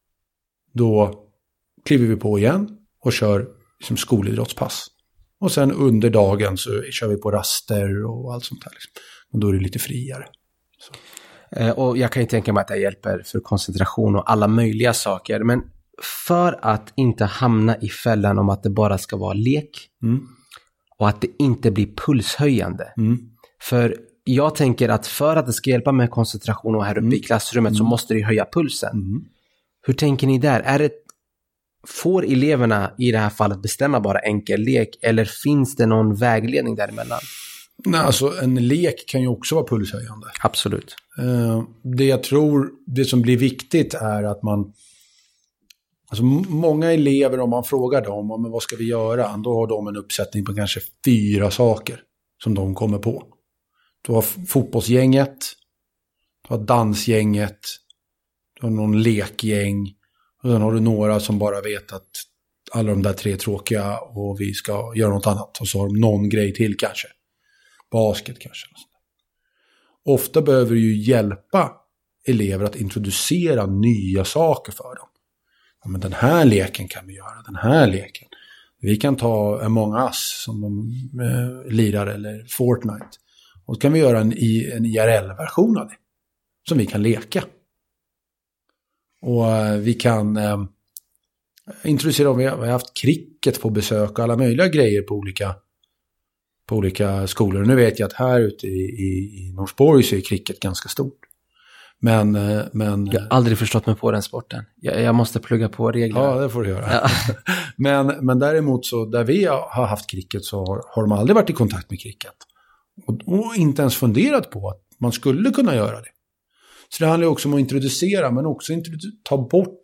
Då kliver vi på igen och kör liksom skolidrottspass. Och sen under dagen så kör vi på raster och allt sånt där. Liksom. Och då är det lite friare. Så. Och jag kan ju tänka mig att det hjälper för koncentration och alla möjliga saker. Men för att inte hamna i fällan om att det bara ska vara lek och att det inte blir pulshöjande. För jag tänker att för att det ska hjälpa med koncentration och här uppe i klassrummet så måste det höja pulsen. Hur tänker ni där? Får eleverna i det här fallet bestämma bara enkel lek eller finns det någon vägledning däremellan? Nej, alltså en lek kan ju också vara pulshöjande. Absolut. Det jag tror, det som blir viktigt är att man, alltså många elever om man frågar dem, men vad ska vi göra? Då har de en uppsättning på kanske 4 saker som de kommer på. Du har fotbollsgänget, du har dansgänget, du har någon lekgäng och sen har du några som bara vet att alla de där 3 är tråkiga och vi ska göra något annat. Och så har de någon grej till kanske. Basket kanske. Ofta behöver du ju hjälpa elever att introducera nya saker för dem. Ja, men den här leken kan vi göra, den här leken. Vi kan ta Among Us som de lirar eller Fortnite. Och så kan vi göra en IRL-version av det. Som vi kan leka. Och vi kan introducera, vi har haft cricket på besök och alla möjliga grejer på olika skolor. Nu vet jag att här ute i Norsborg så är cricket ganska stort. Men jag har aldrig förstått mig på den sporten. Jag måste plugga på reglerna. Ja, det får du göra. Ja. men däremot så där vi har haft cricket så har de aldrig varit i kontakt med cricket. Och inte ens funderat på att man skulle kunna göra det. Så det handlar också om att introducera, men också ta bort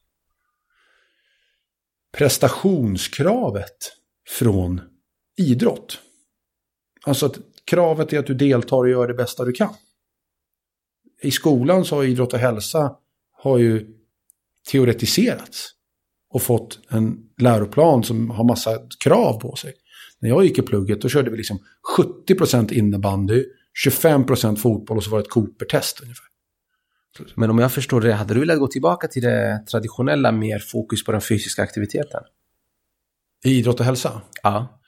prestationskravet från idrott. Alltså att kravet är att du deltar och gör det bästa du kan. I skolan så har idrott och hälsa har ju teoretiserats och fått en läroplan som har massa krav på sig. När jag gick i plugget då körde vi liksom 70% innebandy, 25% fotboll och så var det ett Cooper-test ungefär. Men om jag förstår det, hade du velat gå tillbaka till det traditionella mer fokus på den fysiska aktiviteten? I idrott och hälsa? Ja.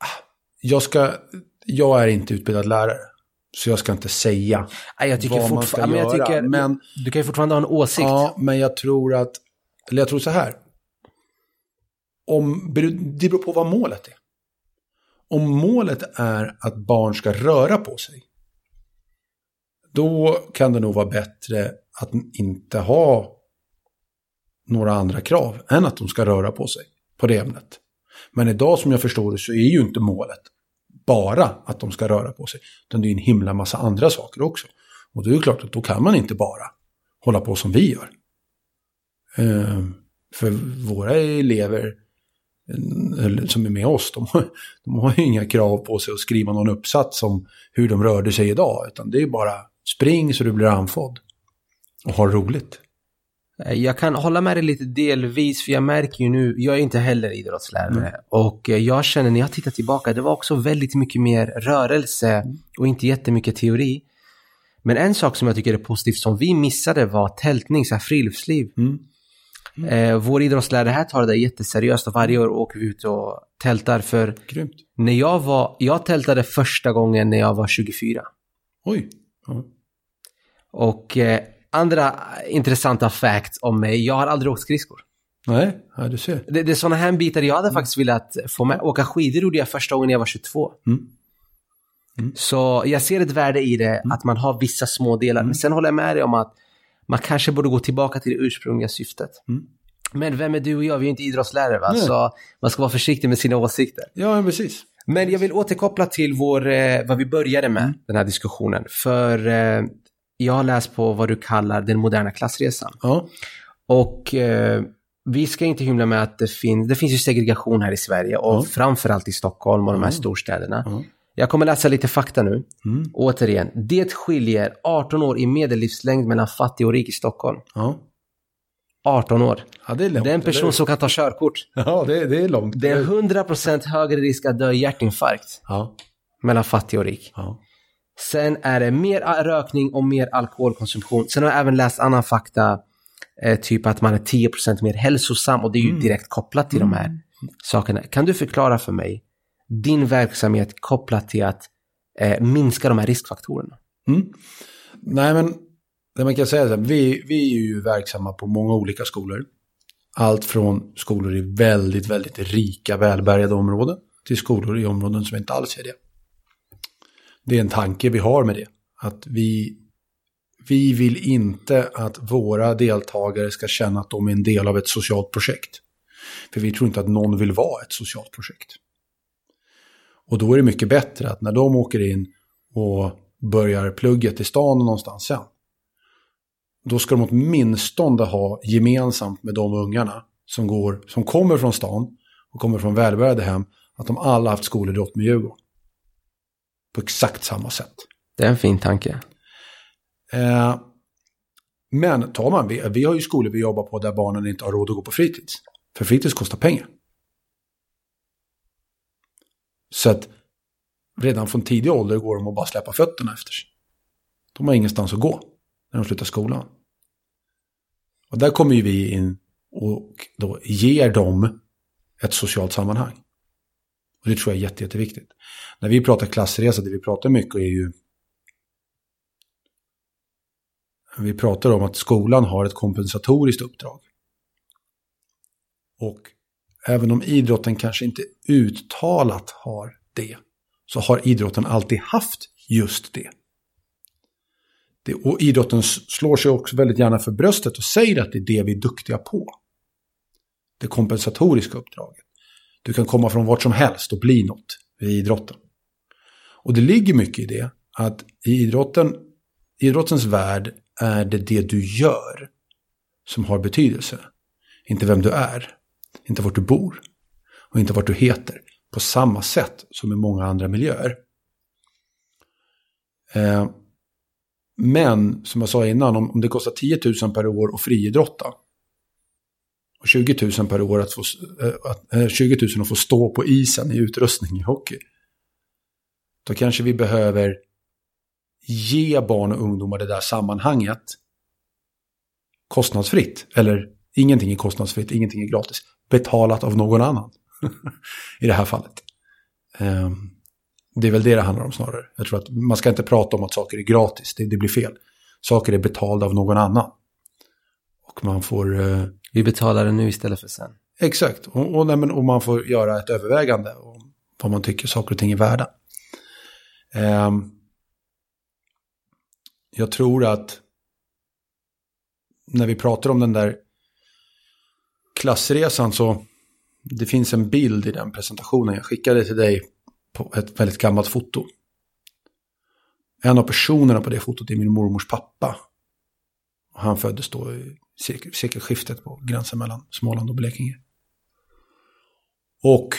Jag är inte utbildad lärare. Så jag ska inte säga vad man ska göra. Men du kan ju fortfarande ha en åsikt. Ja, men jag tror så här. Det beror på vad målet är. Om målet är att barn ska röra på sig, då kan det nog vara bättre att inte ha några andra krav än att de ska röra på sig på det ämnet. Men idag som jag förstår det så är ju inte målet bara att de ska röra på sig. Utan det är en himla massa andra saker också. Och det är ju klart att då kan man inte bara hålla på som vi gör. För våra elever som är med oss, de har ju inga krav på sig att skriva någon uppsats om hur de rörde sig idag. Utan det är bara spring så du blir andfådd. Och ha roligt. Jag kan hålla med dig lite delvis, för jag märker ju nu, jag är inte heller idrottslärare och jag känner när jag tittar tillbaka, det var också väldigt mycket mer rörelse och inte jättemycket teori. Men en sak som jag tycker är positivt som vi missade var tältning, så här friluftsliv. Vår idrottslärare här tar det jätteseriöst och varje år åker vi ut och tältar för Grymt. När jag tältade första gången när jag var 24. Oj. Ja. Och andra intressanta facts om mig. Jag har aldrig åkt skridskor. Nej, ja, du ser. Det är sådana här bitar jag hade faktiskt velat få med. Åka skidor gjorde jag första gången jag var 22. Så jag ser ett värde i det, att man har vissa små delar. Men sen håller jag med dig om att man kanske borde gå tillbaka till det ursprungliga syftet. Men vem är du och jag? Vi är inte idrottslärare, va? Så man ska vara försiktig med sina åsikter. Ja, precis. Men jag vill återkoppla till vad vi började med, den här diskussionen. För jag har läst på vad du kallar den moderna klassresan. Ja. Och vi ska inte hymla med att det finns ju segregation här i Sverige. Och framförallt i Stockholm och de här storstäderna. Jag kommer läsa lite fakta nu. Återigen, det skiljer 18 år i medellivslängd mellan fattig och rik i Stockholm. 18 år. Ja, det är långt. Det är en person som kan ta körkort. Ja, det är långt. Det är 100% högre risk att dö i hjärtinfarkt mellan fattig och rik. Sen är det mer rökning och mer alkoholkonsumtion. Sen har jag även läst annan fakta, typ att man är 10% mer hälsosam, och det är ju direkt kopplat till de här sakerna. Kan du förklara för mig din verksamhet kopplat till att minska de här riskfaktorerna? Nej, men det man kan säga är att vi är ju verksamma på många olika skolor. Allt från skolor i väldigt, väldigt rika, välbärgade områden till skolor i områden som inte alls är det. Det är en tanke vi har med det. Att vi vill inte att våra deltagare ska känna att de är en del av ett socialt projekt. För vi tror inte att någon vill vara ett socialt projekt. Och då är det mycket bättre att när de åker in och börjar plugget i stan någonstans sen, då ska de åtminstone ha gemensamt med de ungarna som kommer från stan och kommer från välbärgade hem, att de alla haft skolidrott med Djurgården. På exakt samma sätt. Det är en fin tanke. Men tar man, vi har ju skolor vi jobbar på där barnen inte har råd att gå på fritids. För fritids kostar pengar. Så att redan från tidig ålder går de att bara släppa fötterna efter sig. De har ingenstans att gå när de slutar skolan. Och där kommer ju vi in och då ger dem ett socialt sammanhang. Och det tror jag är jätteviktigt. När vi pratar klassresa, det vi pratar mycket är ju, vi pratar om att skolan har ett kompensatoriskt uppdrag. Och även om idrotten kanske inte uttalat har det, så har idrotten alltid haft just det. Och idrotten slår sig också väldigt gärna för bröstet och säger att det är det vi är duktiga på. Det kompensatoriska uppdraget. Du kan komma från vart som helst och bli något i idrotten. Och det ligger mycket i det, att i idrottens värld är det du gör som har betydelse. Inte vem du är, inte vart du bor och inte vart du heter. På samma sätt som i många andra miljöer. Men som jag sa innan, om det kostar 10 000 per år att friidrotta och 20 000 per år att få stå på isen i utrustning i hockey, då kanske vi behöver ge barn och ungdomar det där sammanhanget kostnadsfritt. Eller ingenting är kostnadsfritt, ingenting är gratis. Betalat av någon annan i det här fallet. Det är väl det handlar om snarare. Jag tror att man ska inte prata om att saker är gratis. Det blir fel. Saker är betalda av någon annan. Och man får... Vi betalar det nu istället för sen. Exakt. Och man får göra ett övervägande om vad man tycker saker och ting är värda. Jag tror att när vi pratar om den där klassresan, så det finns en bild i den presentationen jag skickade till dig på ett väldigt gammalt foto. En av personerna på det fotot är min mormors pappa. Och han föddes då i sekelskiftet på gränsen mellan Småland och Blekinge. Och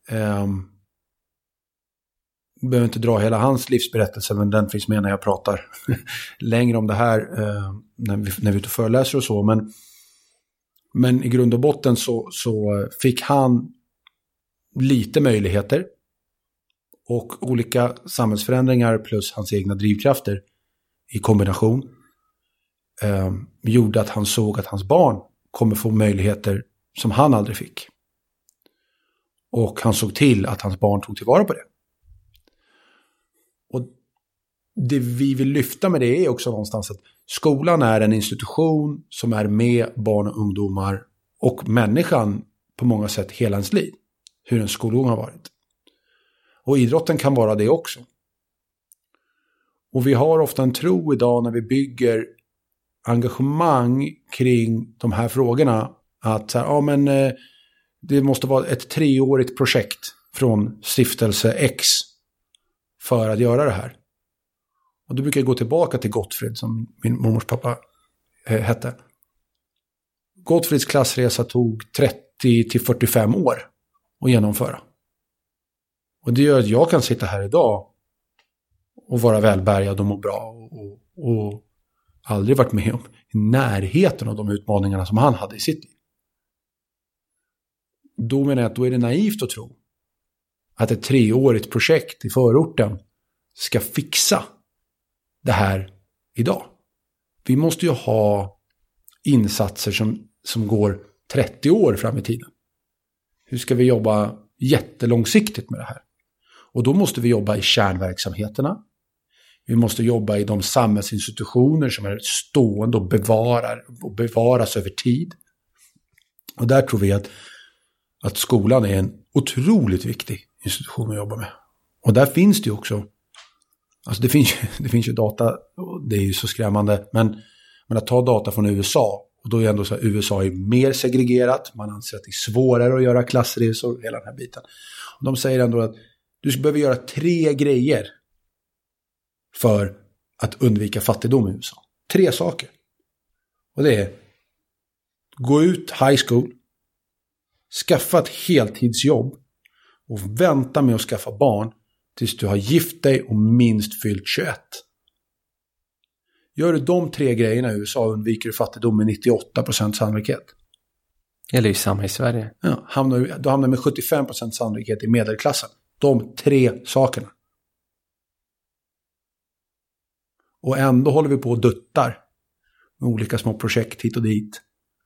behöver inte dra hela hans livsberättelse, men den finns med när jag pratar längre om det här när vi är ute och föreläser och så. Men i grund och botten så fick han lite möjligheter och olika samhällsförändringar plus hans egna drivkrafter i kombination gjorde att han såg att hans barn kommer få möjligheter som han aldrig fick. Och han såg till att hans barn tog tillvara på det. Och det vi vill lyfta med det är också någonstans att skolan är en institution som är med barn och ungdomar och människan på många sätt hela ens liv. Hur en skolgång har varit. Och idrotten kan vara det också. Och vi har ofta en tro idag när vi bygger engagemang kring de här frågorna att så här, det måste vara ett 3-årigt projekt från stiftelse X för att göra det här. Och då brukar jag gå tillbaka till Gottfrid som min mormors pappa hette. Gottfrids klassresa tog 30-45 år att genomföra. Och det gör att jag kan sitta här idag och vara välbärgad och må bra och aldrig varit med om i närheten av de utmaningarna som han hade i sitt liv. Då menar jag att då är det naivt att tro att ett 3-årigt projekt i förorten ska fixa det här idag. Vi måste ju ha insatser som går 30 år fram i tiden. Hur ska vi jobba jättelångsiktigt med det här? Och då måste vi jobba i kärnverksamheterna. Vi måste jobba i de samhällsinstitutioner som är stående och bevaras över tid. Och där tror vi att skolan är en otroligt viktig institution att jobba med. Och där finns det ju också, alltså det finns ju data, och det är ju så skrämmande, men att ta data från USA, och då är ändå så här, USA är mer segregerat, man anser att det är svårare att göra klassresor, hela den här biten. Och de säger ändå att du behöver göra 3 grejer för att undvika fattigdom i USA. 3 saker. Och det är: gå ut high school, skaffa ett heltidsjobb och vänta med att skaffa barn tills du har gift dig och minst fyllt 21. Gör du de 3 grejerna i USA undviker du fattigdom med 98% sannolikhet. Eller ju samma i Sverige. Ja, du hamnar med 75% sannolikhet i medelklassen. De 3 sakerna. Och ändå håller vi på och duttar med olika små projekt hit och dit.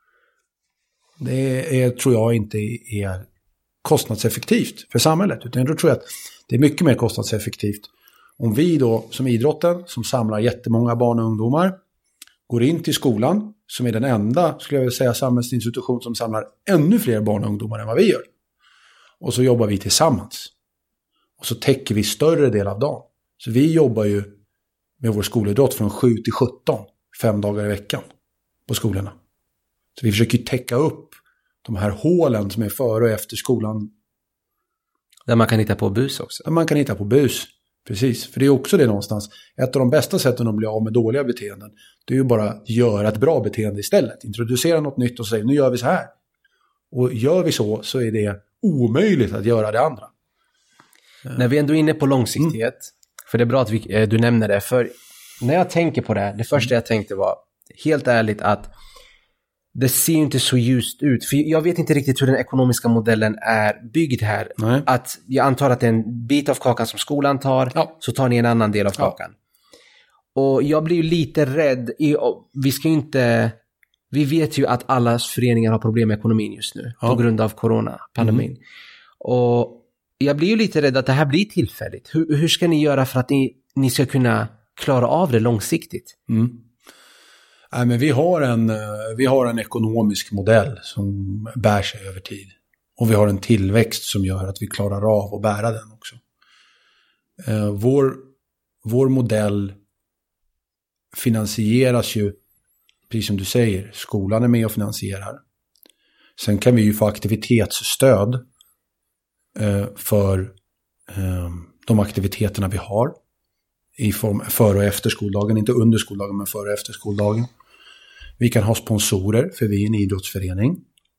Det tror jag inte är kostnadseffektivt för samhället. Utan jag tror att det är mycket mer kostnadseffektivt om vi då som idrotten, som samlar jättemånga barn och ungdomar, går in till skolan, som är den enda, skulle jag vilja säga, samhällsinstitution som samlar ännu fler barn och ungdomar än vad vi gör. Och så jobbar vi tillsammans. Och så täcker vi större del av dagen. Så vi jobbar ju med vår skolidrott från 7 till 17, 5 dagar i veckan på skolorna. Så vi försöker täcka upp de här hålen som är före och efter skolan. Där man kan hitta på bus också. Där man kan hitta på bus, precis. För det är också det någonstans. Ett av de bästa sätten att bli av med dåliga beteenden, det är ju bara att göra ett bra beteende istället. Introducera något nytt och säga, nu gör vi så här. Och gör vi så är det omöjligt att göra det andra. När vi ändå är inne på långsiktighet, för det är bra att du nämner det, för när jag tänker på det första jag tänkte var, helt ärligt, att det ser inte så ljust ut. För jag vet inte riktigt hur den ekonomiska modellen är byggd här. Nej. Att jag antar att det är en bit av kakan som skolan tar, så tar ni en annan del av kakan. Och jag blir ju lite rädd. Vi vet ju att alla föreningar har problem med ekonomin just nu på grund av coronapandemin. Och jag blir ju lite rädd att det här blir tillfälligt. Hur ska ni göra för att ni ska kunna klara av det långsiktigt? Nej, men vi har en ekonomisk modell som bär sig över tid. Och vi har en tillväxt som gör att vi klarar av att bära den också. Vår modell finansieras ju, precis som du säger, skolan är med och finansierar. Sen kan vi ju få aktivitetsstöd för de aktiviteterna vi har i form före och efter skoldagen, inte under skoldagen men före och efter skoldagen. Vi kan ha sponsorer, för vi är en idrottsförening.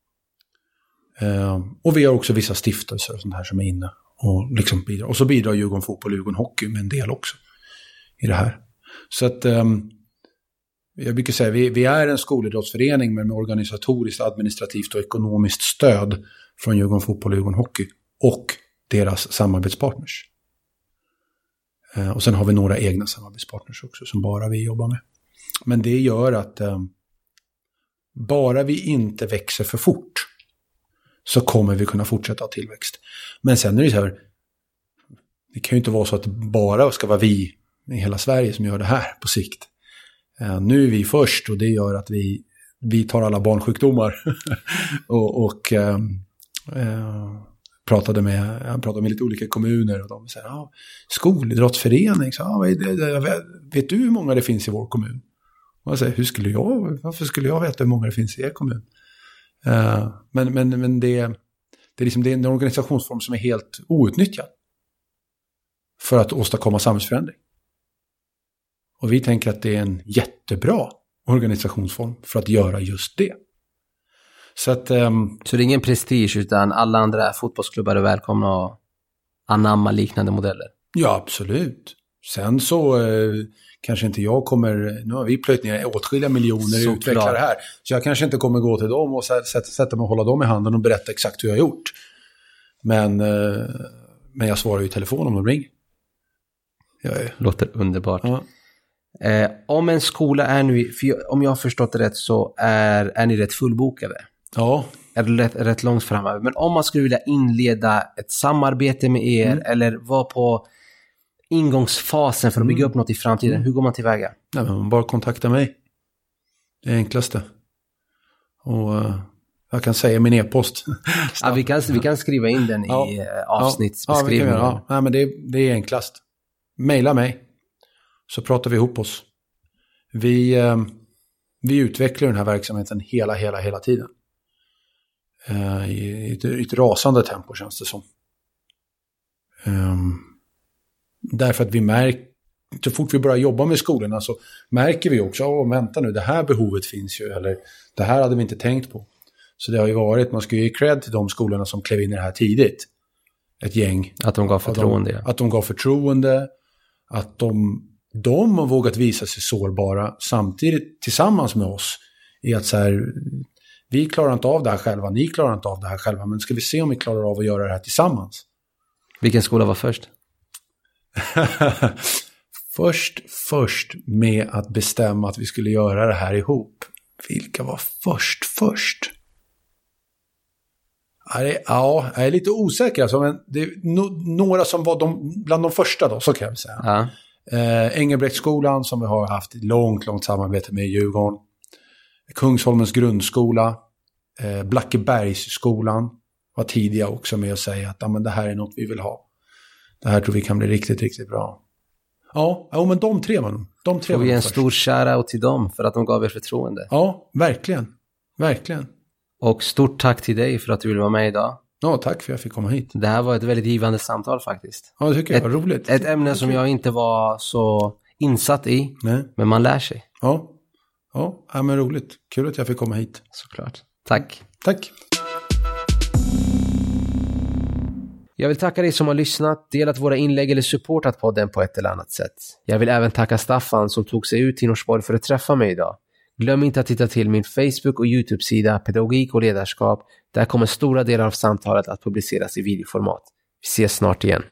Och vi har också vissa stiftelser och sånt här som är inne och liksom bidrar. Och så bidrar Djurgården fotboll och Djurgården hockey med en del också i det här. Så att jag brukar säga, vi är en skolidrottsförening med organisatoriskt, administrativt och ekonomiskt stöd från Djurgården fotboll och Djurgården hockey och deras samarbetspartners. Och sen har vi några egna samarbetspartners också som bara vi jobbar med. Men det gör att bara vi inte växer för fort så kommer vi kunna fortsätta ha tillväxt. Men sen är det så här, det kan ju inte vara så att det bara ska vara vi i hela Sverige som gör det här på sikt. Nu är vi först och det gör att vi tar alla barnsjukdomar och pratade med lite olika kommuner och de säger, skolidrottsförening, vet du hur många det finns i vår kommun? Och jag säger, varför skulle jag veta hur många det finns i er kommun? Men det är en organisationsform som är helt outnyttjad för att åstadkomma samhällsförändring. Och vi tänker att det är en jättebra organisationsform för att göra just det. Så det är ingen prestige, utan alla andra fotbollsklubbar är välkomna att anamma liknande modeller? Ja, absolut. Sen så kanske inte jag kommer, nu har vi plöjt ner åtskilliga miljoner i utvecklare här. Så jag kanske inte kommer gå till dem och sätta mig och hålla dem i handen och berätta exakt hur jag har gjort. Men jag svarar ju i telefon om de ringer. Låter underbart. Ja. Om en skola är nu, om jag har förstått det rätt så är ni rätt fullbokade. Ja. Är rätt långt framöver. Men om man skulle vilja inleda ett samarbete med er eller vara på ingångsfasen för att bygga upp något i framtiden, hur går man tillväga? Nej, men bara kontakta mig. Det är enklaste. Och jag kan säga min e-post. Ja, vi kan skriva in den i avsnittsbeskrivningen. Ja. Nej, men det är enklast. Maila mig så pratar vi ihop oss. Vi utvecklar den här verksamheten hela tiden. I ett rasande tempo känns det som. Därför att vi märker, så fort vi börjar jobba med skolorna så märker vi också, vänta nu, det här behovet finns ju, eller det här hade vi inte tänkt på. Så det har ju varit, man ska ju ge cred till de skolorna som klev in i det här tidigt. Ett gäng. Att de gav förtroende. Att de gav förtroende, att de har vågat visa sig sårbara samtidigt tillsammans med oss. I att så här, vi klarar inte av det här själva, ni klarar inte av det här själva, men ska vi se om vi klarar av att göra det här tillsammans. Vilken skola var först? Först med att bestämma att vi skulle göra det här ihop. Vilka var först? Ja, jag är lite osäker. Alltså, men det är några som var bland de första då, så kan jag säga. Ja. Engelbrektsskolan som vi har haft ett långt samarbete med i Djurgården. Kungsholmens grundskola. Blackebergsskolan var tidiga också med att säga att men det här är något vi vill ha. Det här tror vi kan bli riktigt bra. Ja, men de tre var de. Får vi en stor shoutout till dem för att de gav er förtroende. Ja, verkligen. Och stort tack till dig för att du ville vara med idag. Ja, tack för att jag fick komma hit. Det här var ett väldigt givande samtal faktiskt. Ja, det tycker jag var roligt. Ett ämne som jag inte var så insatt i. Nej. Men man lär sig. Ja, men roligt. Kul att jag fick komma hit. Såklart. Tack. Jag vill tacka dig som har lyssnat, delat våra inlägg eller supportat podden på ett eller annat sätt. Jag vill även tacka Staffan som tog sig ut till Norsborg för att träffa mig idag. Glöm inte att titta till min Facebook- och YouTube-sida Pedagogik och ledarskap. Där kommer stora delar av samtalet att publiceras i videoformat. Vi ses snart igen.